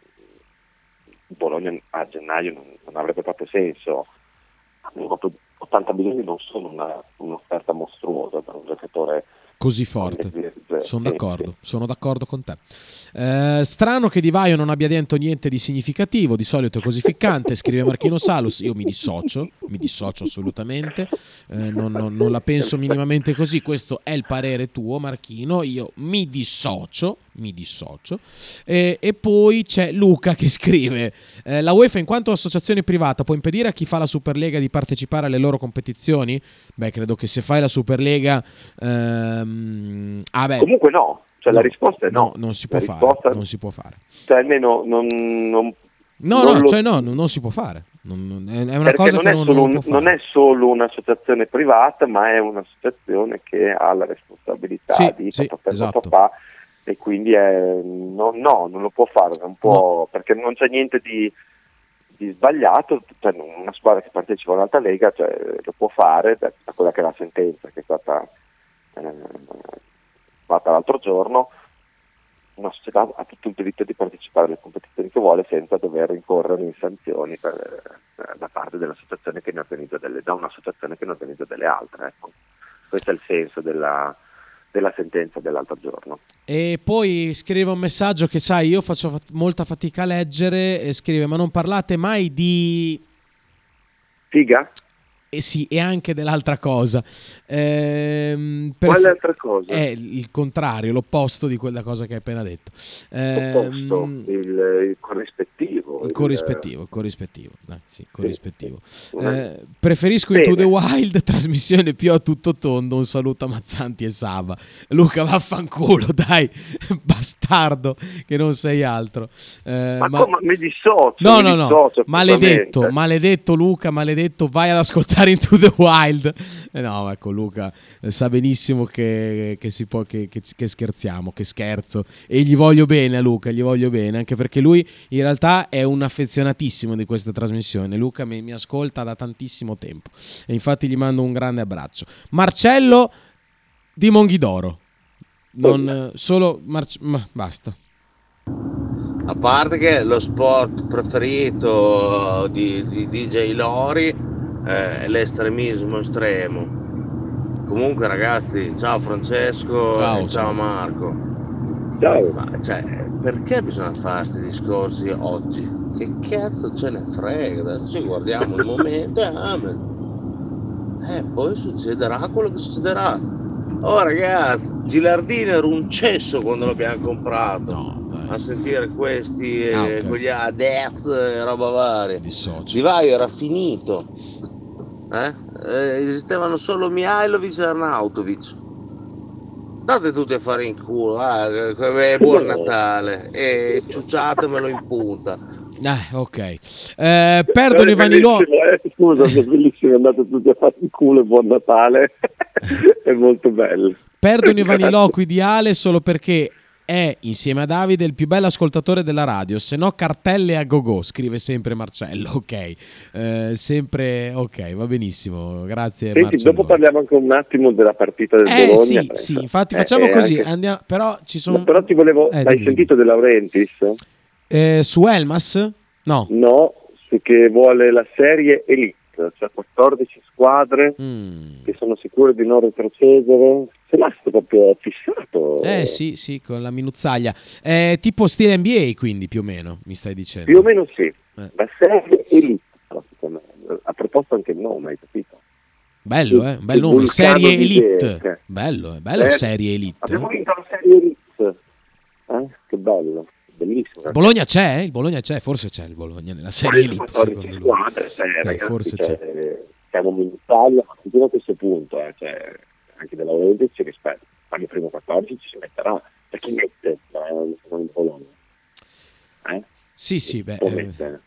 il Bologna a gennaio non, non avrebbe proprio senso. ottanta milioni non sono una, un'offerta mostruosa per un giocatore così forte. Sono d'accordo, sono d'accordo con te. Eh, strano che Di Vaio non abbia detto niente di significativo, di solito è così ficcante, scrive Marchino Salus. Io mi dissocio, mi dissocio assolutamente, eh, non, non, non la penso minimamente così. Questo è il parere tuo, Marchino, io mi dissocio, mi dissocio. E, e poi c'è Luca che scrive: eh, la UEFA in quanto associazione privata può impedire a chi fa la Superlega di partecipare alle loro competizioni? Beh, credo che se fai la Superlega ehm... ah, beh, comunque no, cioè no, la risposta è no, no, non si può la fare, risposta... non si può fare. Cioè almeno non, non, No, non no, lo... cioè no, non si può fare. Non, è una perché cosa non che è, non, solo non un, può fare. non è solo un'associazione privata, ma è un'associazione che ha la responsabilità Sì, di sì, papà, esatto. papà, e quindi è, no, no, non lo può fare, non può, perché non c'è niente di, di sbagliato, cioè una squadra che partecipa all'Alta Lega, cioè, lo può fare, da, da quella che è la sentenza che è stata eh, fatta l'altro giorno. Una società ha tutto il diritto di partecipare alle competizioni che vuole senza dover incorrere in sanzioni per, eh, da parte dell'associazione che ne ha organizza delle, da un'associazione che ne organizza delle altre. Ecco. Questo è il senso della, della sentenza dell'altro giorno. E poi scrive un messaggio che, sai, io faccio fat- molta fatica a leggere, e scrive: ma non parlate mai di... Figa? Eh sì, e anche dell'altra cosa. Ehm, per Quale f- altra cosa? È il contrario, l'opposto di quella cosa che hai appena detto. Opposto, Ehm, il, il corrispettivo. il corrispettivo, il corrispettivo, dai, sì, corrispettivo. Sì. Eh, preferisco Bene. Into the Wild, trasmissione più a tutto tondo. Un saluto a Mazzanti e Saba. Luca, vaffanculo, dai, bastardo, che non sei altro. Eh, Ma, ma... come, mi dissocio, No, mi no, no, dissocio maledetto, assolutamente. maledetto Luca, maledetto, vai ad ascoltare Into the Wild. Eh no, ecco, Luca eh, sa benissimo che, che si può, che, che, che scherziamo, che scherzo, e gli voglio bene a Luca, gli voglio bene, anche perché lui in realtà è un affezionatissimo di questa trasmissione. Luca mi, mi ascolta da tantissimo tempo e infatti gli mando un grande abbraccio. Marcello di Monghidoro, non eh, solo Marce- ma basta. A parte che lo sport preferito di, di D J Lori eh, è l'estremismo estremo. Comunque ragazzi, ciao Francesco Ciao, e ciao ciao. Marco. Ciao. Ma cioè, perché bisogna fare questi discorsi oggi? Che cazzo ce ne frega? Adesso ci guardiamo il momento e amen. Eh, poi succederà quello che succederà. Oh ragazzi, Gilardino era un cesso quando l'abbiamo comprato. No, dai. A sentire questi Ah, eh, ok. con gli Adez e roba varia. Dissocio. Di Vaio era finito. Eh? Eh, esistevano solo Mihailovic e Arnautovic. Date tutti a fare in culo, eh, eh, buon Natale e ciucciatemelo in punta. Ah, ok. Eh, perdono i Vanilò. Eh, scusa, è bellissimo, andate tutti a fare il culo e buon Natale. È molto bello. Perdono i Grazie. vaniloqui di Ale solo perché è, insieme a Davide, il più bello ascoltatore della radio, se no cartelle a go-go, scrive sempre Marcello. Ok, eh, sempre ok, va benissimo, grazie Senti, Marcello. dopo parliamo anche un attimo della partita del Eh Bologna. sì, penso. sì, infatti Eh, facciamo eh, così, anche- andiamo, però ci sono... No, però ti volevo, Eh, hai dimmi, sentito De Laurentiis? Eh, su Elmas? No. No, su che vuole la serie Elite, cioè quattordici squadre Mm. che sono sicure di non retrocedere. Se l'ha stato proprio fissato. Eh sì, sì, con la minuzzaglia. Eh, tipo stile N B A, quindi più o meno, mi stai dicendo. Più o meno sì, Eh. la serie Elite, secondo me. Ha proposto anche il nome, hai capito? Bello, eh? Un bel Il nome, vulcano Serie di Elite. Idee. Bello, è bello Eh, Serie Elite. Abbiamo vinto la serie Elite. Eh? Che bello, bellissimo. Il Bologna c'è? Il Bologna c'è, forse c'è il Bologna nella Serie Elite, quattordici secondo lui. squadre, cioè, Eh, ragazzi, forse cioè, c'è. siamo in Italia fino a questo punto, eh, cioè, anche della Laurentiis ci rispetta, ma il primo quattordici ci metterà, per chi mette eh, il Bologna? Eh? Sì, sì, beh, Può eh, mettere.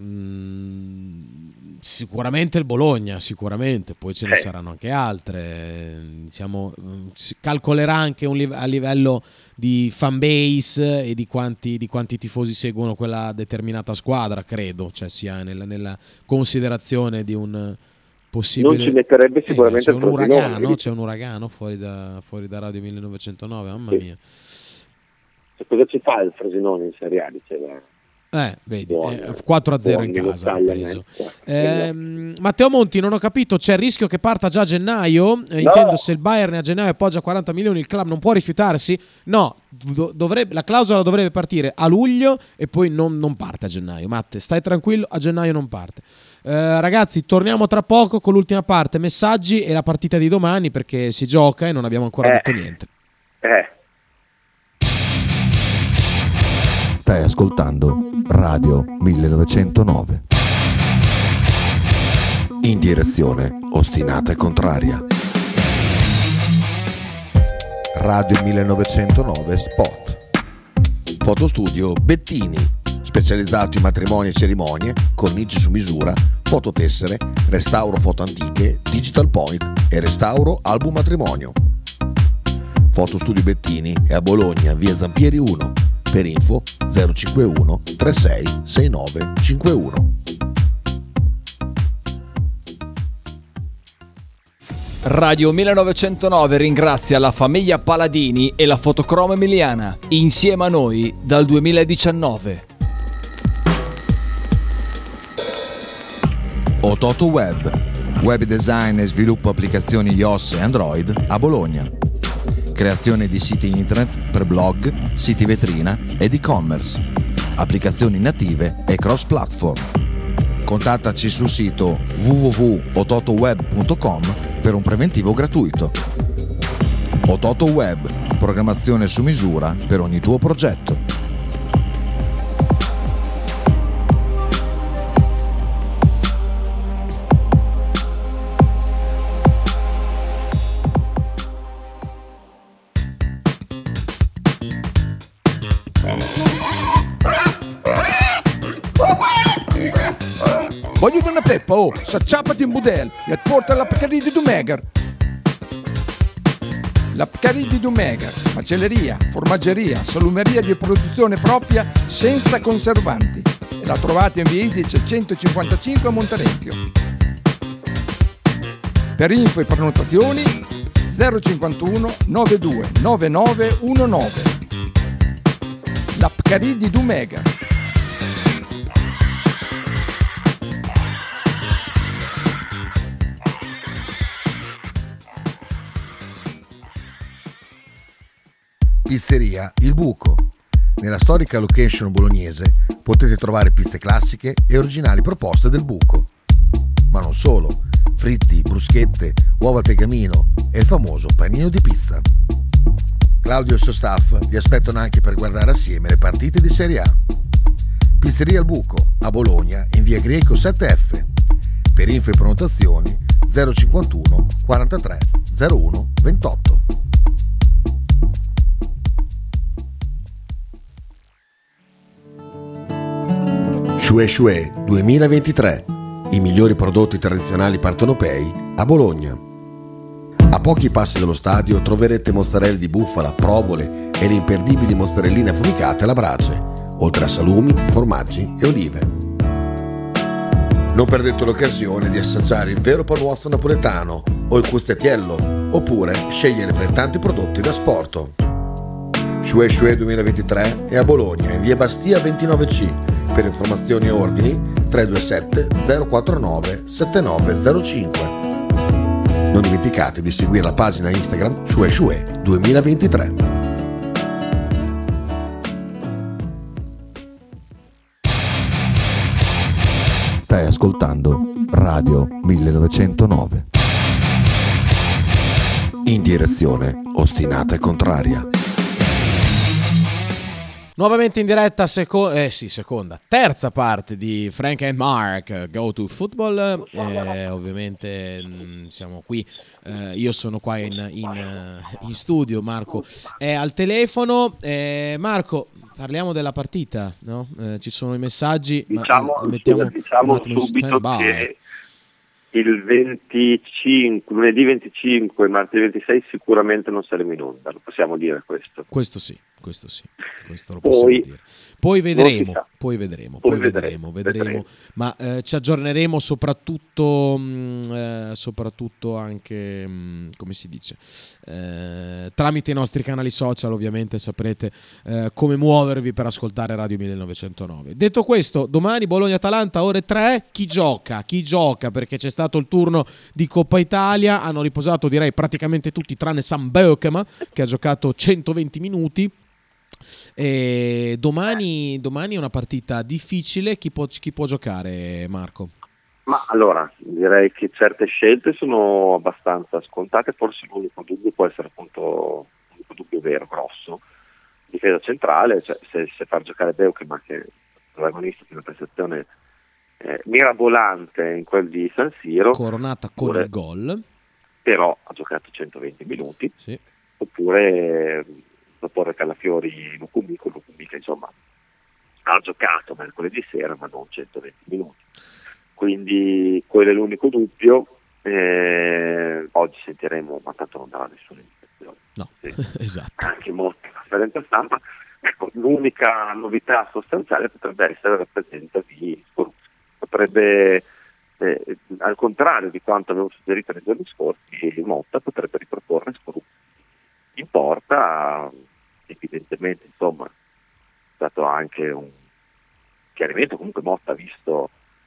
mm, sicuramente il Bologna, sicuramente, poi ce ne Eh. saranno anche altre. eh, Diciamo, mm, si calcolerà anche un live- a livello di fan base e di quanti, di quanti tifosi seguono quella determinata squadra, credo, cioè sia nella, nella considerazione di un possibile... Non ci metterebbe sicuramente Eh, c'è il un Frosinone, uragano, vedi? c'è un uragano fuori da, fuori da Radio millenovecentonove, mamma Sì. mia. Cioè, cosa ci fa il Frosinone in Serie A, diceva Eh, vedi, Buon, eh, quattro a zero in buon casa. Italia, Eh, Matteo Monti, non ho capito, c'è il rischio che parta già a gennaio? Eh, intendo, se il Bayern a gennaio appoggia quaranta milioni, il club non può rifiutarsi? No, do- dovrebbe, la clausola dovrebbe partire a luglio e poi non, non parte a gennaio. Matte, stai tranquillo, a gennaio non parte. Eh, ragazzi, torniamo tra poco con l'ultima parte, messaggi e la partita di domani, perché si gioca e non abbiamo ancora Eh. detto niente. Eh. Stai ascoltando Radio millenovecentonove. In direzione ostinata e contraria. Radio millenovecentonove Spot. Fotostudio Bettini, specializzato in matrimoni e cerimonie, cornici su misura, fototessere, restauro foto antiche, digital point e restauro album matrimonio. Fotostudio Bettini è a Bologna, via Zampieri uno. Per info zero cinquantuno trentasei sessantanove cinquantuno. Radio millenovecentonove ringrazia la famiglia Paladini e la Fotocromo Emiliana, insieme a noi dal duemiladiciannove. Ototo Web, web design e sviluppo applicazioni iOS e Android a Bologna. Creazione di siti internet per blog, siti vetrina ed e-commerce, applicazioni native e cross-platform. Contattaci sul sito w w w punto ototoweb punto com per un preventivo gratuito. Ototo Web, programmazione su misura per ogni tuo progetto. Voglio una peppa, oh, s'acciappati in budel e porta la Pcaridi di Dumegar. La Pcaridi di Dumegar, macelleria, formaggeria, salumeria di produzione propria senza conservanti. E la trovate in via Idice centocinquantacinque a Monterezio. Per info e prenotazioni zero cinquantuno novantadue novantanove diciannove. La Pcaridi di Dumegar. Pizzeria Il Buco. Nella storica location bolognese potete trovare piste classiche e originali proposte del buco. Ma non solo, fritti, bruschette, uova al tegamino e il famoso panino di pizza. Claudio e il suo staff vi aspettano anche per guardare assieme le partite di Serie A. Pizzeria Il Buco, a Bologna, in via Greco sette F. Per info e prenotazioni zero cinquantuno quarantatré zero uno ventotto. Shue Shue duemilaventitré, i migliori prodotti tradizionali partenopei a Bologna. A pochi passi dallo stadio troverete mozzarella di bufala, provole e le imperdibili mozzarelline affumicate alla brace, oltre a salumi, formaggi e olive. Non perdete l'occasione di assaggiare il vero panuozzo napoletano o il custettiello, oppure scegliere fra i tanti prodotti da sport. Shue Shue duemilaventitré è a Bologna, in via Bastia ventinove C. Per informazioni e ordini tre due sette zero quattro nove sette nove zero cinque. Non dimenticate di seguire la pagina Instagram Shue Shue duemilaventitré. Stai ascoltando Radio millenovecentonove. In direzione ostinata e contraria. Nuovamente in diretta, seco- eh sì, seconda, terza parte di Frank and Mark Go to Football. Eh, ovviamente mh, siamo qui, eh, io sono qua in, in, in studio, Marco è al telefono. Eh, Marco, parliamo della partita, no? Eh, ci sono i messaggi, diciamo, ma mettiamo scusa, diciamo un attimo in subito stand-by. che il venticinque, lunedì venticinque, martedì ventisei sicuramente non saremo in onda, lo possiamo dire questo. Questo sì, questo sì, questo lo possiamo Poi, dire. Poi vedremo, poi vedremo, Poi poi vedremo, vedremo, vedremo, ma eh, ci aggiorneremo soprattutto, mh, eh, soprattutto anche, mh, come si dice, eh, tramite i nostri canali social, ovviamente saprete eh, come muovervi per ascoltare Radio millenovecentonove. Detto questo, domani Bologna-Atalanta ore tre, chi gioca? Chi gioca? Perché c'è stato il turno di Coppa Italia, hanno riposato direi praticamente tutti tranne Sam Beukema che ha giocato centoventi minuti. E domani, domani è una partita difficile. Chi può, chi può giocare, Marco? Ma allora, direi che certe scelte sono abbastanza scontate, forse l'unico dubbio può essere appunto l'unico dubbio vero, grosso, difesa centrale, cioè se, se far giocare Beukema, che è protagonista di una prestazione eh, mirabolante in quel di San Siro, coronata con oppure, il gol, però ha giocato centoventi minuti, sì. Oppure eh, proporre Calafiori Lukumi, con Lukumi che insomma ha giocato mercoledì sera ma non centoventi minuti, quindi quello è l'unico dubbio. Eh, oggi sentiremo, ma tanto non darà nessuna indicazione, no, sì. Esatto, Anche molte conferenze stampa. Ecco, l'unica novità sostanziale potrebbe essere la presenza di Skorupski. Potrebbe eh, al contrario di quanto avevo suggerito nei giorni scorsi, Motta potrebbe riproporre Skorupski in porta. Evidentemente insomma è stato anche un chiarimento, comunque Motta ha visto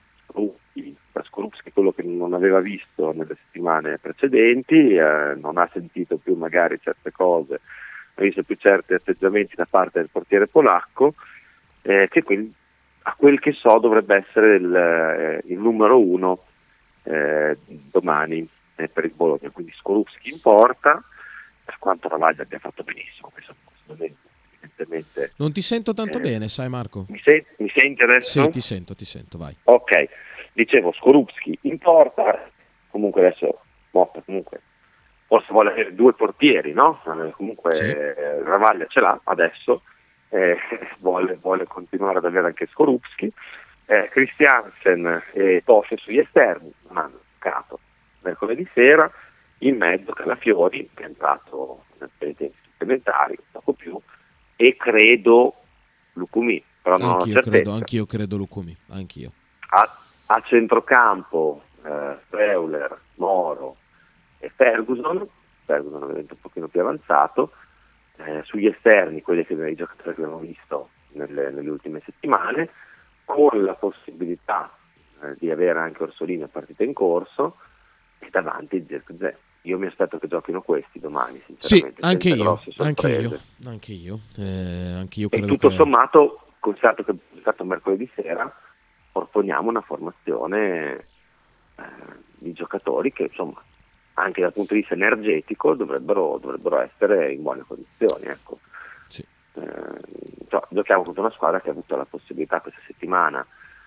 Skorupski quello che non aveva visto nelle settimane precedenti, eh, non ha sentito più magari certe cose, ha visto più certi atteggiamenti da parte del portiere polacco, eh, che quindi a quel che so dovrebbe essere il, eh, il numero uno eh, domani eh, per il Bologna, quindi Skorupski in porta, per quanto Ravaglia abbia fatto benissimo questo momento, evidentemente. Non ti sento tanto eh, bene, sai Marco? Mi, sen- mi senti adesso? Sì, ti sento, ti sento, vai. Ok, dicevo Skorupski in porta, comunque adesso Motta comunque forse vuole avere due portieri, no? Eh, comunque Sì. eh, Ravaglia ce l'ha adesso, eh, vuole, vuole continuare ad avere anche Skorupski, eh, Christiansen e Tosche sugli esterni, non hanno giocato mercoledì sera, in mezzo Calafiori che è entrato per i tempi supplementari, poco più, e credo Lukumi, però non ho Anch'io certezza. credo, anch'io credo Lukumi, anch'io. A, a centrocampo eh, Freuler, Moro e Ferguson, Ferguson ovviamente un pochino più avanzato, eh, sugli esterni quelli che i giocatori che abbiamo visto nelle, nelle ultime settimane, con la possibilità eh, di avere anche Orsolini a partita in corso, e davanti Zirkzee. Io mi aspetto che giochino questi domani, sinceramente. Sì, anche senza io, grosse anche io, sorprese. anche io, eh, anche io E credo tutto che... sommato, considerato che è stato mercoledì sera, proponiamo una formazione eh, di giocatori che insomma anche dal punto di vista energetico dovrebbero, dovrebbero essere in buone condizioni, ecco. Sì. Eh, cioè, giochiamo contro una squadra che ha avuto la possibilità questa settimana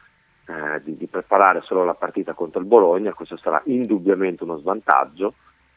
eh, di, di preparare solo la partita contro il Bologna. Questo sarà indubbiamente uno svantaggio.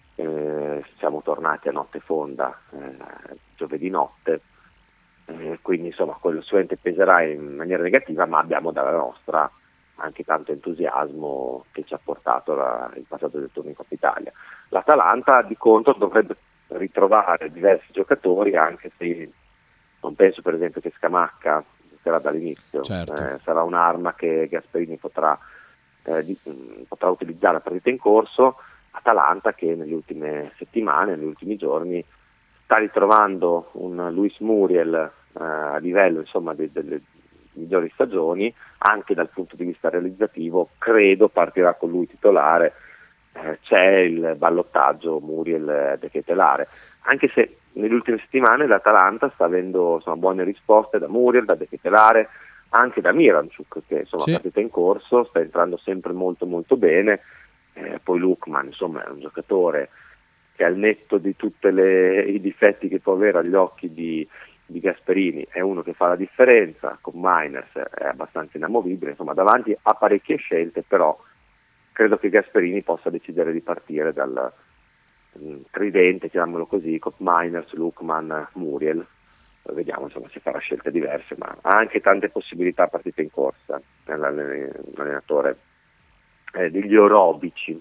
Eh, siamo tornati a notte fonda eh, giovedì notte, eh, quindi insomma quello sicuramente peserà in maniera negativa, ma abbiamo dalla nostra anche tanto entusiasmo che ci ha portato la, il passato del turno in Coppa Italia. L'Atalanta di contro dovrebbe ritrovare diversi giocatori, anche se non penso per esempio che Scamacca sarà dall'inizio, Certo. eh, sarà un'arma che Gasperini potrà, eh, di, potrà utilizzare a partita in corso. Atalanta che nelle ultime settimane, negli ultimi giorni sta ritrovando un Luis Muriel eh, a livello insomma de, delle migliori stagioni, anche dal punto di vista realizzativo credo partirà con lui titolare, eh, c'è il ballottaggio Muriel De Ketelare, anche se nelle ultime settimane l'Atalanta sta avendo insomma, buone risposte da Muriel, da De Ketelare, anche da Miranchuk che insomma Sì. partita in corso, sta entrando sempre molto molto bene. Eh, poi Lukman insomma è un giocatore che al netto di tutti i difetti che può avere agli occhi di, di Gasperini è uno che fa la differenza, con Miners è abbastanza inamovibile, insomma davanti ha parecchie scelte, però credo che Gasperini possa decidere di partire dal mh, tridente, chiamiamolo così, con Miners, Lukman, Muriel. Vediamo insomma se farà scelte diverse, ma ha anche tante possibilità a partita in corsa l'allenatore eh, degli orobici.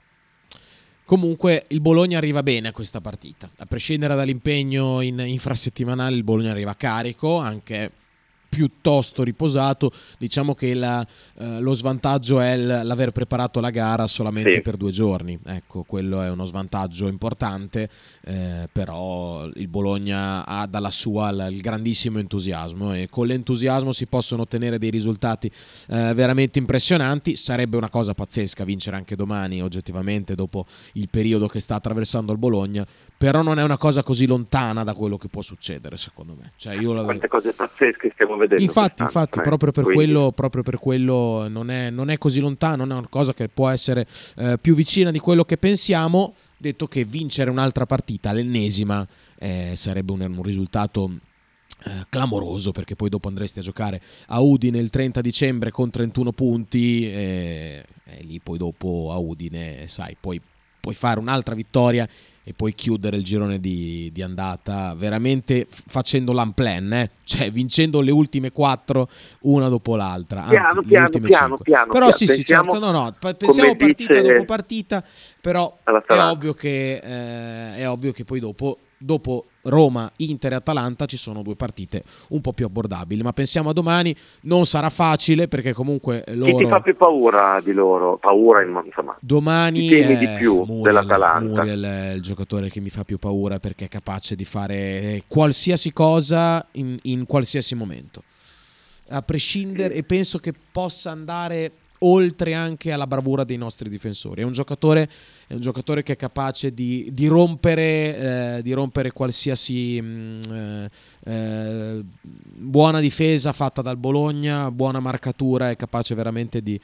Comunque il Bologna arriva bene a questa partita, a prescindere dall'impegno in infrasettimanale. Il Bologna arriva carico, anche piuttosto riposato. Diciamo che la, eh, lo svantaggio è l- l'aver preparato la gara solamente Sì. per due giorni, ecco, quello è uno svantaggio importante, eh, però il Bologna ha dalla sua l- il grandissimo entusiasmo, e con l'entusiasmo si possono ottenere dei risultati eh, veramente impressionanti. Sarebbe una cosa pazzesca vincere anche domani, oggettivamente, dopo il periodo che sta attraversando il Bologna, però non è una cosa così lontana da quello che può succedere, secondo me. Cioè, io la... Quante cose pazzesche stiamo vedendo. Infatti, quest'anno, infatti eh. proprio per Quindi, quello, proprio per quello non è, non è così lontano, non è una cosa che può essere eh, più vicina di quello che pensiamo. Detto che vincere un'altra partita, l'ennesima, eh, sarebbe un, un risultato eh, clamoroso, perché poi dopo andresti a giocare a Udine il trenta dicembre con trentuno punti, e, e lì poi dopo a Udine, sai, puoi, puoi fare un'altra vittoria e poi chiudere il girone di, di andata veramente f- facendo l'unplan, eh? Cioè vincendo le ultime quattro una dopo l'altra, anzi Piano, le piano, ultime piano, cinque. piano, Però piano. sì, sì, Pensiamo, certo, no, no, pa- pensiamo come partita dice dopo partita, però è all'Atalanta. ovvio che eh, è ovvio che poi dopo dopo Roma, Inter e Atalanta ci sono due partite un po' più abbordabili, ma pensiamo a domani. Non sarà facile, perché comunque loro... Chi ti fa più paura di loro? Paura, insomma. Domani Chi temi è di più Muriel, dell'Atalanta? Muriel è il giocatore che mi fa più paura, perché è capace di fare qualsiasi cosa in, in qualsiasi momento, a prescindere, e penso che possa andare oltre anche alla bravura dei nostri difensori. È un giocatore, è un giocatore che è capace di, di rompere eh, di rompere qualsiasi mh, eh, eh, buona difesa fatta dal Bologna, buona marcatura. È capace veramente di,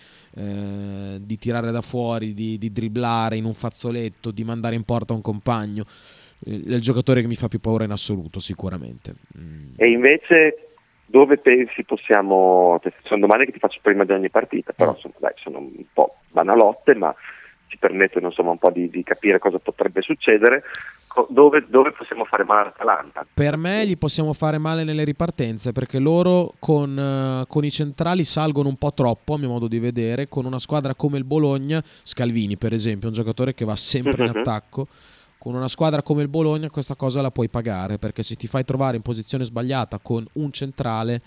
eh, di tirare da fuori, di, di dribblare in un fazzoletto, di mandare in porta un compagno. È il giocatore che mi fa più paura in assoluto, sicuramente. Mm. E invece dove pensi possiamo, sono domande che ti faccio prima di ogni partita, però insomma, dai, sono un po' banalotte, ma ci permettono insomma un po' di, di capire cosa potrebbe succedere. Co- dove, dove possiamo fare male all'Atalanta? Per me gli possiamo fare male nelle ripartenze, perché loro con, eh, con i centrali salgono un po' troppo, a mio modo di vedere. Con una squadra come il Bologna, Scalvini per esempio, un giocatore che va sempre in Mhm. attacco, con una squadra come il Bologna questa cosa la puoi pagare, perché se ti fai trovare in posizione sbagliata con un centrale,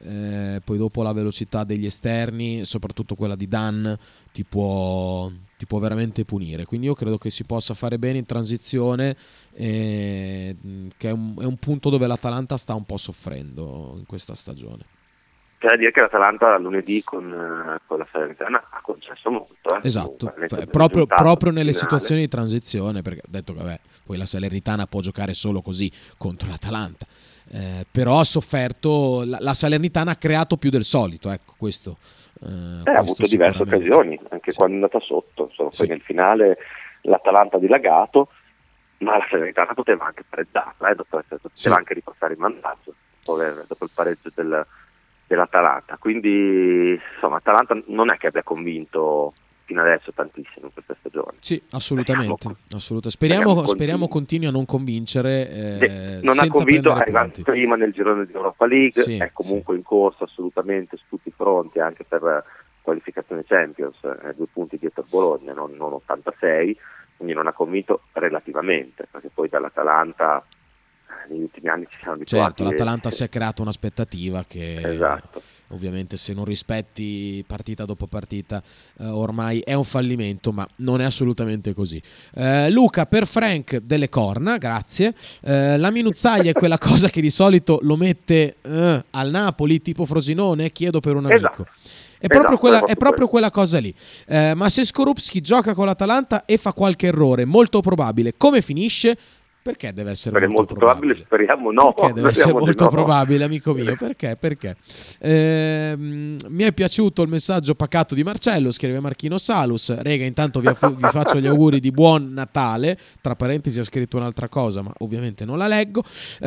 eh, poi dopo la velocità degli esterni, soprattutto quella di Dan, ti può, ti può veramente punire. Quindi io credo che si possa fare bene in transizione, eh, che è un, è un punto dove l'Atalanta sta un po' soffrendo in questa stagione. C'è da dire che l'Atalanta lunedì con, eh, con la Salernitana ha concesso molto. Eh, Esatto, comunque, F- nel proprio, risultato proprio nelle finale. situazioni di transizione, perché ho detto che vabbè, poi la Salernitana può giocare solo così contro l'Atalanta, eh, però ha sofferto, la, la Salernitana ha creato più del solito, ecco, questo. Eh, Eh, ha questo avuto diverse sicuramente. occasioni, anche Sì. quando è andata sotto. Insomma, poi Sì. nel finale l'Atalanta ha dilagato, ma la Salernitana poteva anche pareggiarla, eh, dopo essere- poteva Sì. anche ripassare in vantaggio dopo, aver- dopo il pareggio del- dell'Atalanta. Quindi insomma, Atalanta non è che abbia convinto fino adesso tantissimo in questa stagione. Sì, assolutamente, Speriamo- assolutamente. speriamo Speriamo, continui. speriamo continui a non convincere, eh, Eh, non ha senza convinto, prendere arriva punti. prima nel girone di Europa League, Sì, è comunque in corsa assolutamente su tutti i fronti, anche per eh, qualificazione Champions, eh, due punti dietro il Bologna, non, non ottantasei, quindi non ha convinto relativamente, perché poi dall'Atalanta eh, negli ultimi anni ci siamo abituati. Certo, l'Atalanta eh, si è creata un'aspettativa che Esatto. ovviamente se non rispetti partita dopo partita eh, ormai è un fallimento, ma non è assolutamente così. Eh, Luca, per Frank delle corna, grazie. Eh, la minuzzaglia è quella cosa che di solito lo mette eh, al Napoli, tipo Frosinone, chiedo per un amico. Esatto. È proprio, Esatto, quella, è proprio è proprio quello. quella cosa lì. Eh, ma se Skorupski gioca con l'Atalanta e fa qualche errore, molto probabile, come finisce? Perché deve essere Perché è molto, molto probabile, speriamo no. Perché deve essere speriamo di molto no. probabile, amico mio? Perché? Perché? Ehm, mi è piaciuto il messaggio pacato di Marcello, scrive Marchino Salus. Rega, intanto vi, affu- vi faccio gli auguri di buon Natale. Tra parentesi ha scritto un'altra cosa, ma ovviamente non la leggo.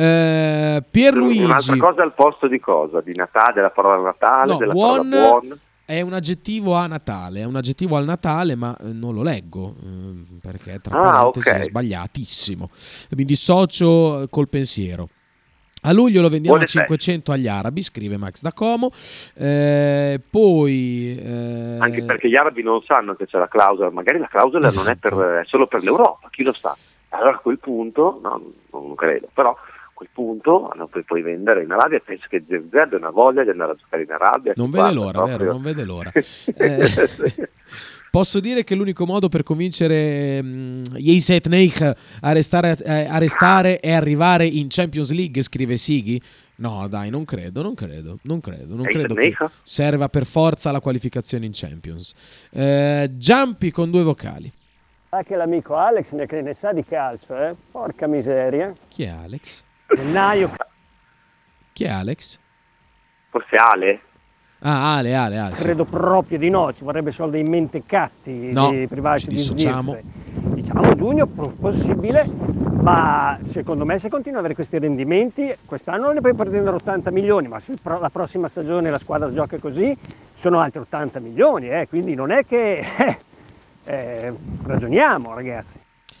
Eh, Pierluigi. Un'altra cosa al posto di cosa? Di Natale, della parola Natale, No, della buon, parola buon? è un aggettivo a Natale, è un aggettivo al Natale, ma eh, non lo leggo eh, perché tra Ah, parentesi ok. è sbagliatissimo. Mi dissocio col pensiero. A luglio lo vendiamo Buone a cinquecento agli arabi, scrive Max da Como. Eh, poi eh... anche perché gli arabi non sanno che c'è la clausola, magari la clausola esatto. non è, per, è solo per l'Europa, chi lo sa. Allora a quel punto, no, non credo, però a quel punto no, puoi, puoi vendere in Arabia. Penso che Zirkzee abbia una voglia di andare a giocare in Arabia. Non vede l'ora, proprio. Vero? Non vede l'ora. Eh, posso dire che l'unico modo per convincere um, Yezet Neich a restare, eh, a restare è arrivare in Champions League, scrive Sighi. No, dai, non credo, non credo, non credo, non credo che serva per forza la qualificazione in Champions. Eh, Giampi con due vocali. Anche l'amico Alex ne, ne sa di calcio, eh? Porca miseria. Chi è Alex? Gennaio. Chi è Alex? Forse Ale? Ah, Ale, Ale, Ale. Credo sì. Proprio di no, ci vorrebbe solo dei mentecatti no, di privati ci di dissociamo. Zirkzee. Diciamo giugno, possibile, ma secondo me se continua ad avere questi rendimenti, quest'anno ne puoi prendere ottanta milioni, ma se la prossima stagione la squadra gioca così, sono altri ottanta milioni, eh? Quindi non è che... Eh, Eh, ragioniamo, ragazzi.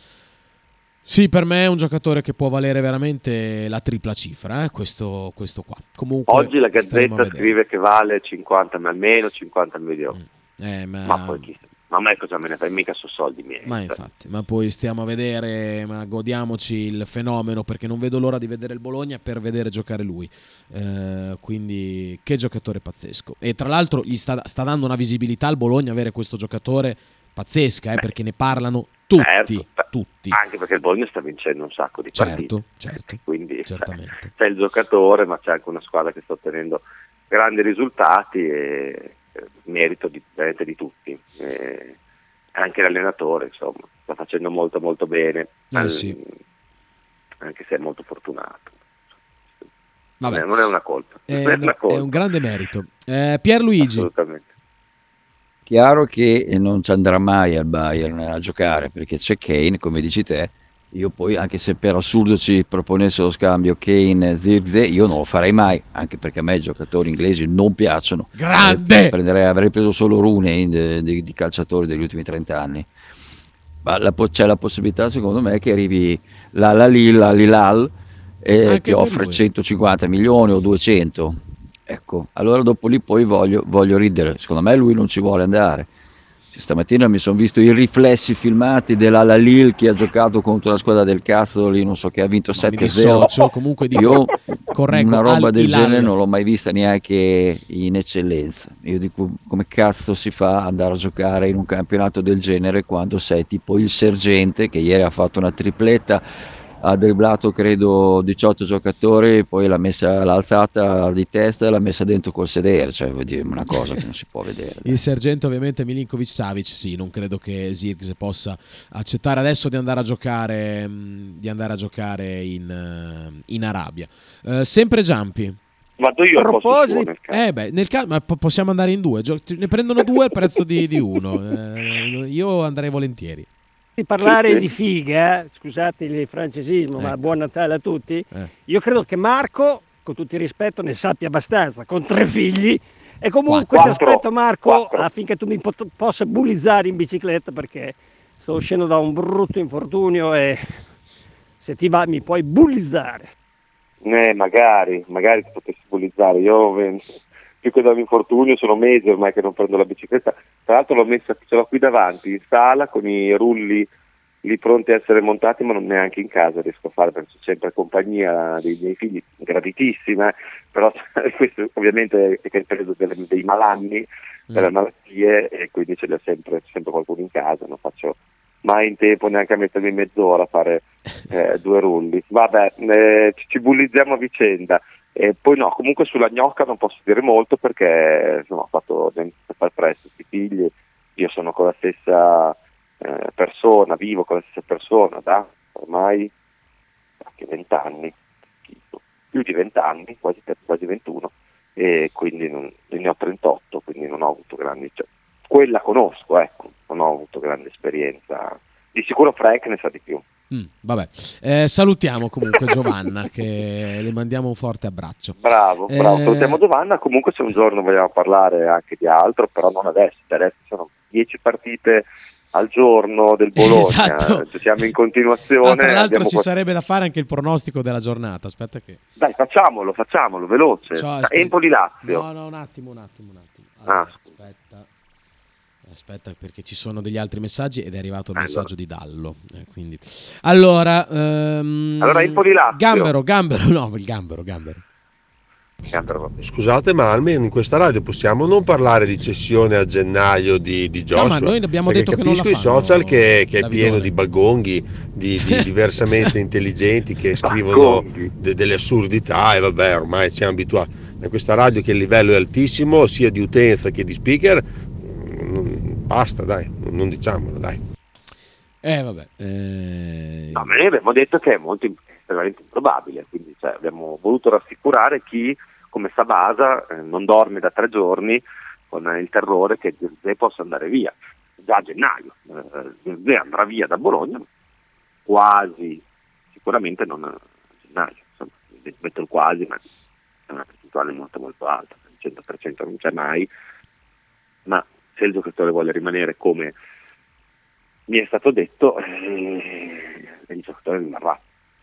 Sì, per me è un giocatore che può valere veramente la tripla cifra, eh? questo, questo qua. Comunque, oggi la Gazzetta scrive che vale cinquanta, almeno cinquanta milioni. Eh, ma... ma poi chissà. Ma a me cosa me ne fai? Mica sono soldi miei. Ma infatti, ma poi stiamo a vedere, ma godiamoci il fenomeno, perché non vedo l'ora di vedere il Bologna per vedere giocare lui. Eh, quindi che giocatore pazzesco. E tra l'altro gli sta, sta dando una visibilità al Bologna avere questo giocatore pazzesca, eh, perché ne parlano tutti, certo, tutti. Anche perché il Bologna sta vincendo un sacco di certo, partite. Certo, quindi certamente. C'è il giocatore, ma c'è anche una squadra che sta ottenendo grandi risultati e merito di, veramente di tutti. E anche l'allenatore, insomma, sta facendo molto molto bene, eh, sì. anche se è molto fortunato. Vabbè. Non è una colpa. È, non è, una colpa. È un grande merito. Eh, Pierluigi. Assolutamente. Chiaro che non ci andrà mai al Bayern a giocare, perché c'è Kane, come dici te. Io poi, anche se per assurdo ci proponesse lo scambio Kane-Zirkzee, io non lo farei mai, anche perché a me i giocatori inglesi non piacciono. Grande! Eh, prenderei, avrei preso solo Rooney di, di, di calciatori degli ultimi trenta anni. Ma la, c'è la possibilità, secondo me, che arrivi la la Lille, la Lilal e ti offre centocinquanta milioni o duecento. Ecco, allora dopo lì poi voglio, voglio ridere. Secondo me lui non ci vuole andare. Stamattina mi sono visto i riflessi filmati dell'Al Hilal che ha giocato contro la squadra del Castro, non so, che ha vinto sette a zero. Comunque dico, io correggo, una roba del Al-Hilal. genere non l'ho mai vista neanche in eccellenza. Io dico, come cazzo si fa ad andare a giocare in un campionato del genere quando sei tipo il sergente che ieri ha fatto una tripletta, ha dribblato credo diciotto giocatori, poi l'ha messa, l'ha alzata di testa e l'ha messa dentro col sedere, cioè vuol dire una cosa che non si può vedere. Il sergente ovviamente Milinkovic Savic, sì, non credo che Zirkzee possa accettare adesso di andare a giocare mh, di andare a giocare in, uh, in Arabia. Uh, sempre Giampi. Vado io a proposito, nel caso. Eh beh, nel caso, ma po- possiamo andare in due, Gio- ne prendono due al prezzo di, di uno. Eh, io andrei volentieri. Di parlare di figa, scusate il francesismo, ecco. ma buon Natale a tutti. Eh. Io credo che Marco, con tutto il rispetto, ne sappia abbastanza, con tre figli. E comunque Quattro. ti aspetto, Marco, Quattro. affinché tu mi pot- possa bullizzare in bicicletta, perché sto uscendo da un brutto infortunio e se ti va mi puoi bullizzare. Eh, magari, magari ti potessi bullizzare. Io eh, più che dall'infortunio sono mesi ormai che non prendo la bicicletta. Tra l'altro l'ho messa, ce l'ho qui davanti in sala con i rulli lì pronti a essere montati, ma non neanche in casa riesco a fare, perché c'è sempre compagnia dei miei figli, graditissima, eh, però questo ovviamente è il periodo delle, dei malanni, delle Mm. malattie, e quindi ce l'ho sempre, c'è sempre qualcuno in casa, non faccio mai in tempo neanche a mettermi mezz'ora a fare eh, due rulli. Vabbè, eh, ci, ci bullizziamo a vicenda. E poi no, comunque sulla gnocca non posso dire molto perché insomma, ho fatto far presto questi figli, io sono con la stessa eh, persona, vivo con la stessa persona da ormai anche vent'anni, più di vent'anni, quasi, quasi ventuno, e quindi non, ne ho trentotto, quindi non ho avuto grandi, cioè, quella conosco, ecco, non ho avuto grande esperienza, di sicuro Frank ne sa di più. Mm, vabbè, eh, salutiamo comunque Giovanna, che le mandiamo un forte abbraccio. Bravo, bravo. Eh, Salutiamo Giovanna. Comunque se un giorno vogliamo parlare anche di altro, però non adesso, adesso sono dieci partite al giorno del Bologna, Esatto. siamo in continuazione. Ah, tra l'altro abbiamo ci qua- sarebbe da fare anche il pronostico della giornata. Aspetta che... Dai, facciamolo, facciamolo, veloce. Ciao, aspetta. Empoli-Lazio. No, no, un attimo, un attimo, un attimo. Allora, Ah. aspetta. Aspetta, perché ci sono degli altri messaggi ed è arrivato il messaggio di Dallo. eh, quindi. Allora, ehm, Allora, Empoli-Lazio. Gambero, Gambero, no, il Gambero, Gambero. Scusate, ma almeno in questa radio possiamo non parlare di cessione a gennaio di, di Joshua? ma noi abbiamo Perché detto che non la capisco i fanno, social che, che è Davidone. pieno di bagonghi, di, di diversamente intelligenti che scrivono de- delle assurdità e vabbè, ormai ci siamo abituati. In questa radio che il livello è altissimo, sia di utenza che di speaker, mm, basta, dai, non diciamolo, dai. Eh, vabbè. Eh... No, ma noi abbiamo detto che è molto estremamente improbabile, quindi cioè, abbiamo voluto rassicurare chi, come Sabasa, eh, non dorme da tre giorni con il terrore che Zirze possa andare via già a gennaio. Eh, Zirze andrà via da Bologna quasi, sicuramente non a gennaio, insomma, metto il quasi, ma è una percentuale molto molto alta, il cento per cento non c'è mai, ma se il giocatore vuole rimanere come mi è stato detto, eh, il giocatore rimarrà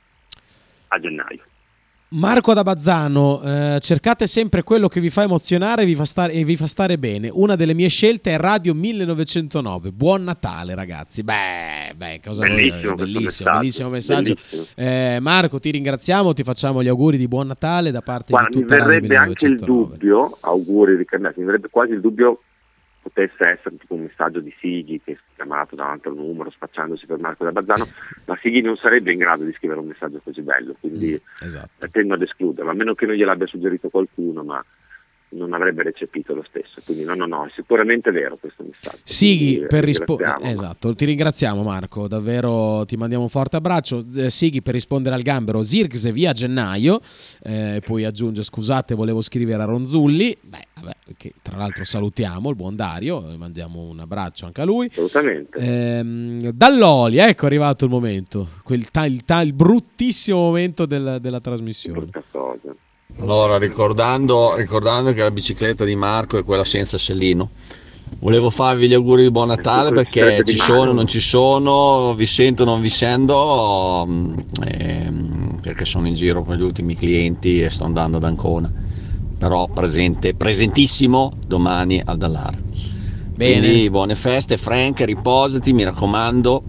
a gennaio. Marco da Bazzano, eh, cercate sempre quello che vi fa emozionare e vi fa, stare, e vi fa stare bene. Una delle mie scelte è Radio millenovecentonove. Buon Natale, ragazzi. Beh, beh cosa Bellissimo, vuoi? questo Bellissimo, messaggio, bellissimo messaggio. bellissimo. Eh, Marco, ti ringraziamo, ti facciamo gli auguri di buon Natale da parte Guarda, di mi tutta Radio verrebbe anche il millenovecentonove. dubbio, auguri ricambiati, mi verrebbe quasi il dubbio potesse essere tipo un messaggio di Sighi che è chiamato da un altro numero spacciandosi per Marco da Bazzano, ma Sighi non sarebbe in grado di scrivere un messaggio così bello, quindi Mm, esatto. tendo ad escluderlo, a meno che non gliel'abbia suggerito qualcuno, ma non avrebbe recepito lo stesso, quindi no no no, è sicuramente vero questo messaggio. Sighi, Quindi, per eh, rispondere, ringraziamo. esatto, ti ringraziamo Marco, davvero ti mandiamo un forte abbraccio. Z- Sighi, per rispondere al Gambero, Zirkse via gennaio, eh, poi aggiunge scusate volevo scrivere a Ronzulli, beh, vabbè, che tra l'altro salutiamo il buon Dario, eh, mandiamo un abbraccio anche a lui. Assolutamente. Ehm, Dall'Oli, ecco è arrivato il momento, quel ta- il, ta- il bruttissimo momento del- della trasmissione. Allora, ricordando, ricordando che la bicicletta di Marco è quella senza sellino, volevo farvi gli auguri di buon Natale perché ci sono, non ci sono, vi sento, non vi sento, mm, ehm, perché sono in giro con gli ultimi clienti e sto andando ad Ancona, però presente, presentissimo domani al Dallara. Bene. Quindi buone feste, Frank, riposati, mi raccomando,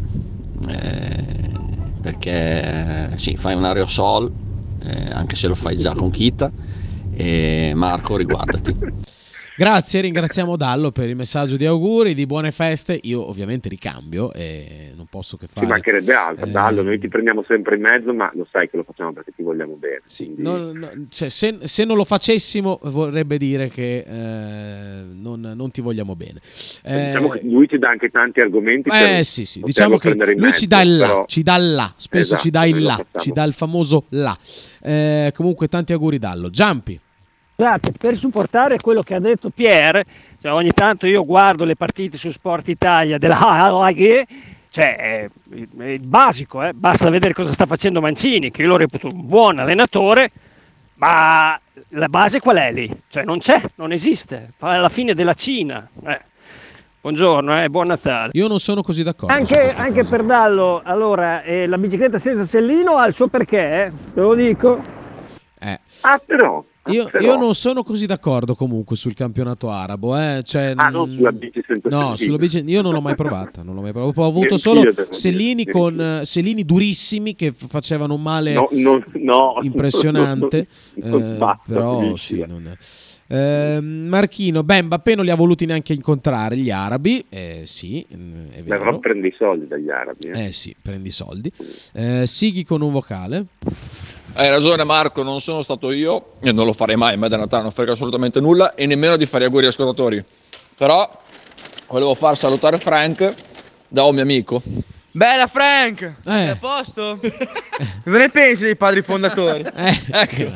eh, perché sì, fai un aerosol. Eh, anche se lo fai già con Kita, e Marco riguardati. Grazie, ringraziamo Dallo per il messaggio di auguri, di buone feste. Io ovviamente ricambio e non posso che fare. Ci mancherebbe altro, eh, Dallo, noi ti prendiamo sempre in mezzo, ma lo sai che lo facciamo perché ti vogliamo bene. quindi- No, no, cioè, se, se non lo facessimo vorrebbe dire che eh, non, non ti vogliamo bene. Eh, Diciamo che lui ci dà anche tanti argomenti eh, per sì, sì, poterlo diciamo che prendere in lui mezzo, ci dà il là, però- ci dà il là, spesso Esatto, ci dà il noi lo là, facciamo. ci dà il famoso là. Eh, comunque tanti auguri Dallo. Giampi. Scusate, per supportare quello che ha detto Pier, cioè ogni tanto io guardo le partite su Sport Italia della A G, cioè è, è il basico, eh, basta vedere cosa sta facendo Mancini, che io lo reputo un buon allenatore, ma la base qual è lì? Cioè non c'è, non esiste, fa la fine della Cina. Eh. Buongiorno, eh, buon Natale. Io non sono così d'accordo. su Anche, questa anche cosa. per Dallo, allora, eh, la bicicletta senza sellino ha il suo perché, eh, te lo dico. Eh. Ah, però. Io, però. io non sono così d'accordo comunque sul campionato arabo, eh. Cioè, Ah, non mh, sulla bici senza no, sellino. sulla bici io non l'ho mai provata, non l'ho mai provata. Ho avuto Neanch'io, solo devo dire, sellini con eh, sellini durissimi che f- facevano un male No, no, no. impressionante, Non eh, basta, però finisci. sì, non è. Eh, Marchino, beh, Mbappé non li ha voluti neanche incontrare gli arabi, eh, sì, mm, è Beh, vero. però prendi i soldi dagli arabi. Eh. Eh sì, prendi i soldi. Eh, Sighi con un vocale. Hai ragione Marco, non sono stato io e non lo farei mai, a me da Natale non frega assolutamente nulla e nemmeno di fare auguri agli ascoltatori. Però volevo far salutare Frank da un mio amico. Bella Frank! Eh. Sei a posto? Cosa ne pensi dei padri fondatori? Ecco.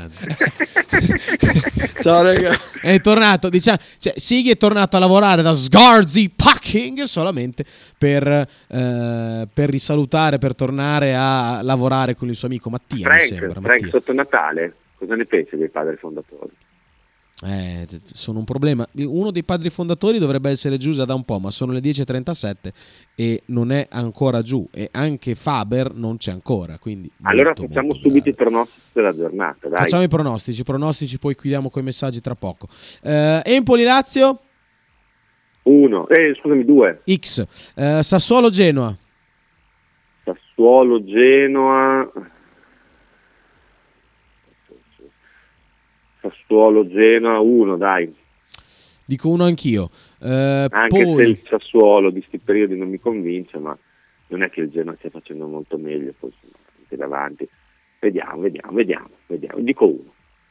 Ciao raga. È tornato, diciamo, cioè, Sighi è tornato a lavorare da Sgarzi Packing solamente per, eh, per risalutare, per tornare a lavorare con il suo amico Mattia, mi Frank, sembra. Frank, Mattia. sotto Natale, cosa ne pensi dei padri fondatori? Eh, sono un problema. Uno dei padri fondatori dovrebbe essere giù già da un po', ma sono le dieci e trentasette e non è ancora giù, e anche Faber non c'è ancora, quindi allora molto, facciamo molto subito grave. i pronostici della giornata, dai. Facciamo i pronostici, pronostici poi chiudiamo con i messaggi tra poco. eh, Empoli Lazio uno, eh, scusami, due. X. eh, Sassuolo Genoa. Sassuolo Genoa. Sassuolo Genoa uno, dai. Dico uno anch'io. Eh, Anche poi... se il Sassuolo di questi periodi non mi convince, ma non è che il Genoa stia facendo molto meglio, poi anche davanti. Vediamo, vediamo, vediamo, vediamo. Dico uno.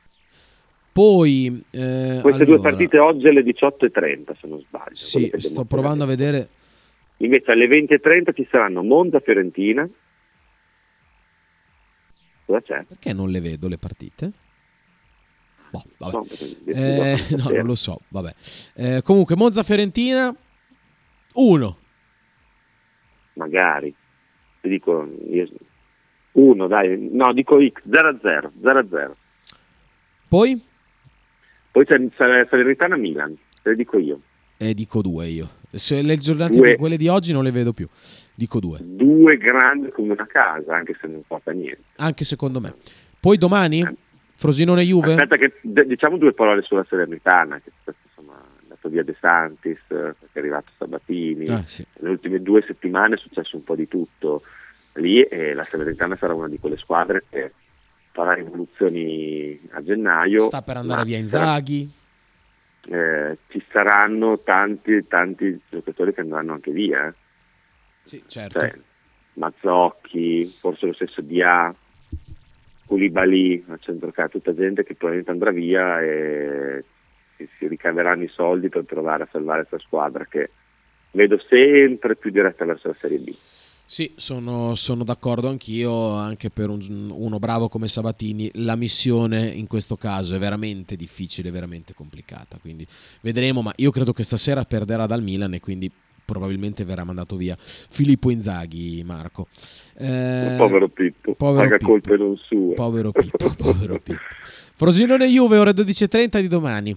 Poi eh, Queste allora, due partite oggi alle diciotto e trenta, se non sbaglio. sì, sto provando a vedere. Invece alle venti e trenta ci saranno Monza-Fiorentina. Cosa c'è? Perché non le vedo le partite? Boh, vabbè. No, perché- Eh, no, stasera. non lo so, vabbè. Eh, comunque Monza-Fiorentina uno. Magari. Ti dico io- uno, dai. No, dico X, zero a zero, zero a zero. Poi? Poi c'è c'è Salernitana-Milan, te le dico io. Eh, dico due io. Se le giornate Due. di quelle di oggi non le vedo più. Dico due. Due grandi come una casa, anche se non porta niente. Anche secondo me. Poi domani? Frosinone-Juve? Aspetta che d- diciamo due parole sulla Salernitana, che insomma è andato via De Santis, eh, perché è arrivato Sabatini. Ah, sì. Nelle ultime due settimane è successo un po' di tutto lì e la Salernitana sarà una di quelle squadre che farà rivoluzioni a gennaio. Sta per andare ma via ci sarà- Inzaghi. eh, ci saranno tanti tanti giocatori che andranno anche via. eh. Sì, certo. Cioè, Mazzocchi, forse lo stesso Dia, Koulibaly a centrocampo, tutta gente che probabilmente andrà via e si, si ricaveranno i soldi per provare a salvare questa squadra che vedo sempre più diretta verso la Serie B. Sì, sono, sono d'accordo anch'io, anche per un- uno bravo come Sabatini la missione in questo caso è veramente difficile, veramente complicata, quindi vedremo, ma io credo che stasera perderà dal Milan e quindi probabilmente verrà mandato via Filippo Inzaghi, Marco. Eh, Povero Pippo, povero paga Pippo. colpe non sue. Povero Pippo, povero Pippo. Frosinone Juve, ore dodici e trenta di domani.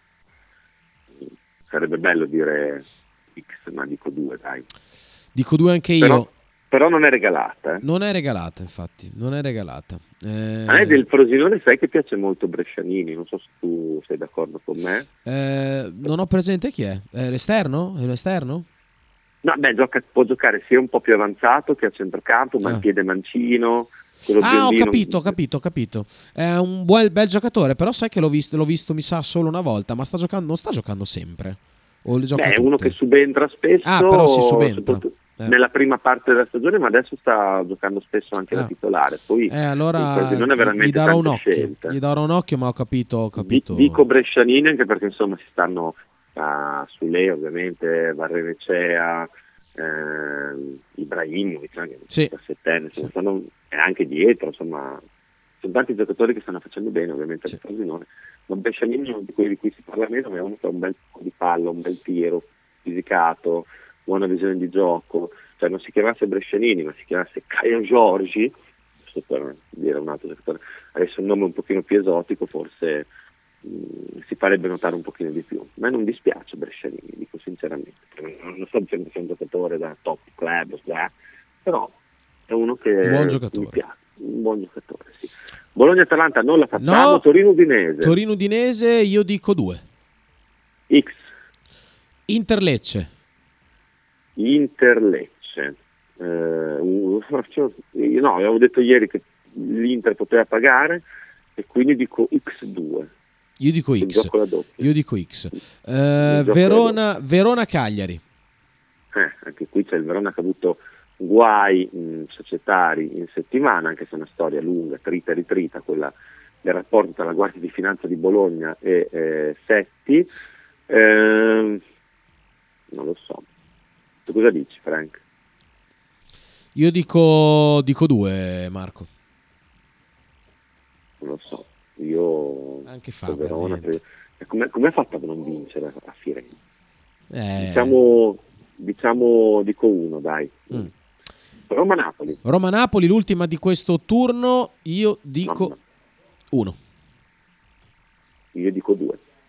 Sarebbe bello dire X, ma dico due, dai. Dico due anche io. Però, però non è regalata. Eh. Non è regalata, infatti, non è regalata. Eh, A me del Frosinone sai che piace molto Brescianini, non so se tu sei d'accordo con me. eh, non ho presente chi è. È l'esterno? È l'esterno? No, beh, gioca- può giocare sia un po' più avanzato che a centrocampo, ma Ah. il piede mancino. quello Ah, ho biondino. capito, ho capito, ho capito. È un buon, bel giocatore, però sai che l'ho visto, l'ho visto, mi sa, solo una volta, ma sta giocando, non sta giocando sempre. O le gioca Beh, è tutte? uno che subentra spesso, Ah, però si subentra. soprattutto Eh. nella prima parte della stagione, ma adesso sta giocando spesso anche da Ah. titolare. Poi Eh, il allora Frosinone ha veramente gli darò un tante occhio, scelte. gli darò un occhio, ma ho capito, ho Di- capito. Dico Brescianini anche perché insomma si stanno uh, su lei ovviamente Barrenecea, eh, Ibrahimovic, anche Sì. diciassettenne, insomma, stanno, e anche dietro, insomma, sono tanti giocatori che stanno facendo bene ovviamente al Frosinone, ma Brescianini è uno di quelli di cui si parla meno, ma è uno che ha un bel po' di palla, un bel tiro, fisicato, buona visione di gioco, cioè non si chiamasse Brescianini ma si chiamasse Caio Giorgi, giusto per dire un altro giocatore, adesso un nome un pochino più esotico, forse mh, si farebbe notare un pochino di più. A me non dispiace Brescianini, dico sinceramente, non, non sto dicendo che sia un giocatore da top club, da- però è uno che Buon giocatore. mi piace, un buon giocatore, sì. Bologna-Atalanta non la facciamo, No. Torino-Udinese, Torino-Udinese, io dico due. X, Inter-Lecce. Inter-Lecce. Eh, uh, io no, avevo detto ieri che l'Inter poteva pagare e quindi dico X due. Io dico Il X. gioco la doppia. Io dico X. Eh, Il gioco Verona, Verona-Cagliari. Eh, anche qui c'è il Verona che ha avuto guai mh, societari in settimana, anche se è una storia lunga, trita e ritrita, quella del rapporto tra la Guardia di Finanza di Bologna e eh, Setti. Ehm, non lo so. Tu cosa dici, Frank? Io dico, dico due, Marco. Non lo so. Io Anche sto Faber, Verona, niente. e come come ha fatto a non vincere a Firenze? Eh, Diciamo, diciamo, dico uno, dai. Mm. Roma-Napoli. Roma-Napoli, l'ultima di questo turno, io dico Mamma. uno. Io dico due.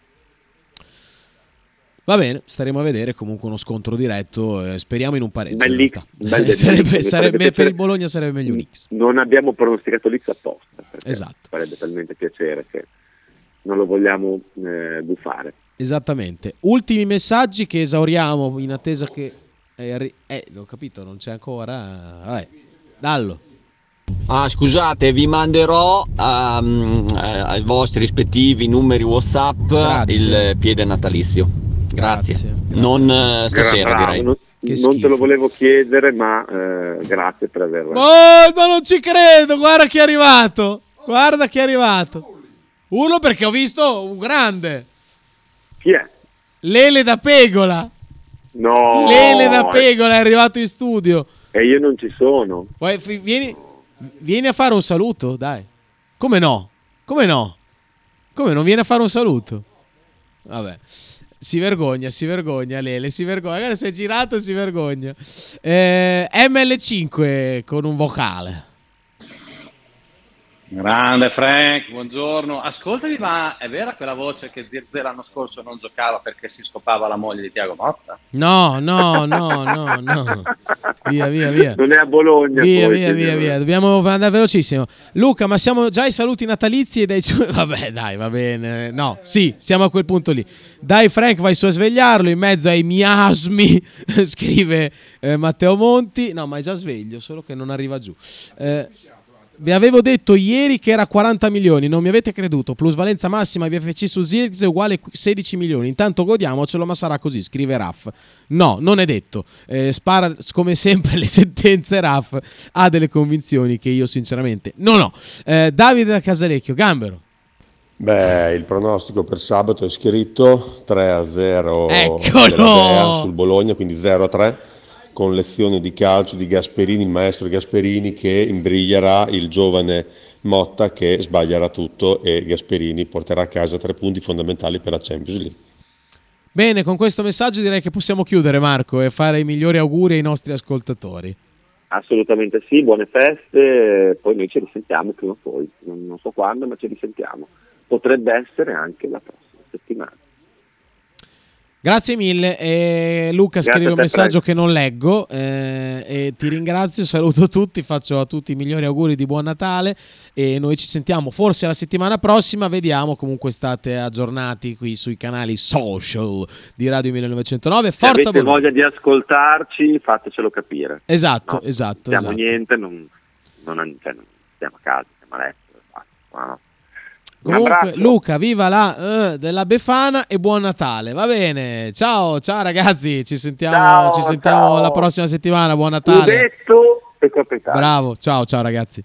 Va bene, staremo a vedere. Comunque uno scontro diretto, eh, speriamo in un pareggio. Bel in X, realtà. bel sarebbe, sarebbe sarebbe, per piacere. il Bologna sarebbe meglio un X. Non abbiamo pronosticato l'X apposta, perché Esatto. farebbe talmente piacere che non lo vogliamo eh, buffare. Esattamente. Ultimi messaggi che esauriamo in attesa che eh, arri- eh l'ho capito, non c'è ancora. Vabbè, dallo. Ah, scusate, vi manderò um, eh, ai vostri rispettivi numeri WhatsApp Grazie. il piede natalizio. Grazie. Grazie, grazie. Non eh, stasera, Bravo, direi. Non, Che non te schifo. lo volevo chiedere, ma eh, grazie per averlo. Oh, ma non ci credo, guarda chi è arrivato. Guarda chi è arrivato. Uno perché ho visto un grande. Chi è? Lele da Pegola. No. Lele da Pegola è arrivato in studio. E io non ci sono. Poi, fi- vieni, vieni a fare un saluto, dai. Come no? Come no? Come non viene a fare un saluto? Vabbè. Si vergogna, si vergogna Lele, si vergogna. Guarda, si è girato e si vergogna. Eh, M L cinque con un vocale. Grande Frank, buongiorno. Ascoltami, ma è vera quella voce che Zirze l'anno scorso non giocava perché si scopava la moglie di Tiago Motta? No, no, no, no, no. Via, via, via. Non è a Bologna. Via, poi, via, via, signore. via. Dobbiamo andare velocissimo. Luca, ma siamo già ai saluti natalizi e dai... Vabbè, dai, va bene. No, sì, siamo a quel punto lì. Dai Frank, vai su a svegliarlo in mezzo ai miasmi, scrive eh, Matteo Monti. No, ma è già sveglio, solo che non arriva giù. Eh... Vi avevo detto ieri che era quaranta milioni, non mi avete creduto. Plusvalenza massima V F C su Zirkzee uguale sedici milioni. Intanto godiamocelo, ma sarà così, scrive Raff. No, non è detto. Eh, spara come sempre le sentenze Raff. Ha delle convinzioni che io sinceramente non ho. Eh, Davide da Casalecchio, Gambero. Beh, il pronostico per sabato è scritto tre a zero Eccolo! della Dea sul Bologna, quindi zero a tre. Con lezioni di calcio di Gasperini, il maestro Gasperini, che imbriglierà il giovane Motta, che sbaglierà tutto, e Gasperini porterà a casa tre punti fondamentali per la Champions League. Bene, con questo messaggio direi che possiamo chiudere, Marco, e fare i migliori auguri ai nostri ascoltatori. Assolutamente sì, buone feste, poi noi ci risentiamo prima o poi, non, non so quando, ma ci risentiamo. Potrebbe essere anche la prossima settimana. Grazie mille. Eh, Luca Grazie scrive a un te, messaggio Frank. che non leggo eh, e ti ringrazio, saluto tutti, faccio a tutti i migliori auguri di buon Natale e noi ci sentiamo forse la settimana prossima, vediamo. Comunque state aggiornati qui sui canali social di Radio millenovecentonove. Se Forza avete Bologna. voglia di ascoltarci, fatecelo capire. Esatto, No, esatto, non siamo esatto. niente, non, non, cioè, non stiamo a casa, stiamo a letto. basta, no. Un Comunque abbraccio. Luca, viva la eh, della Befana e buon Natale. Va bene, ciao, ciao ragazzi, ci sentiamo, Ciao, ci sentiamo ciao. la prossima settimana. Buon Natale. Scudetto e Coppa Italia. Bravo, ciao, ciao ragazzi.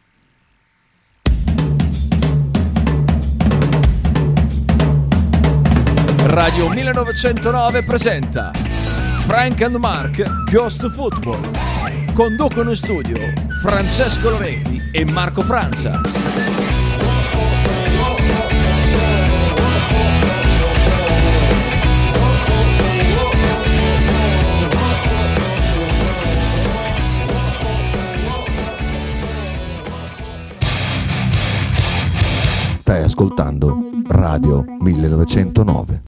Radio millenovecentonove presenta Frank and Mark Ghost Football. Conducono in studio Francesco Loretti e Marco Francia. Stai ascoltando Radio millenovecentonove.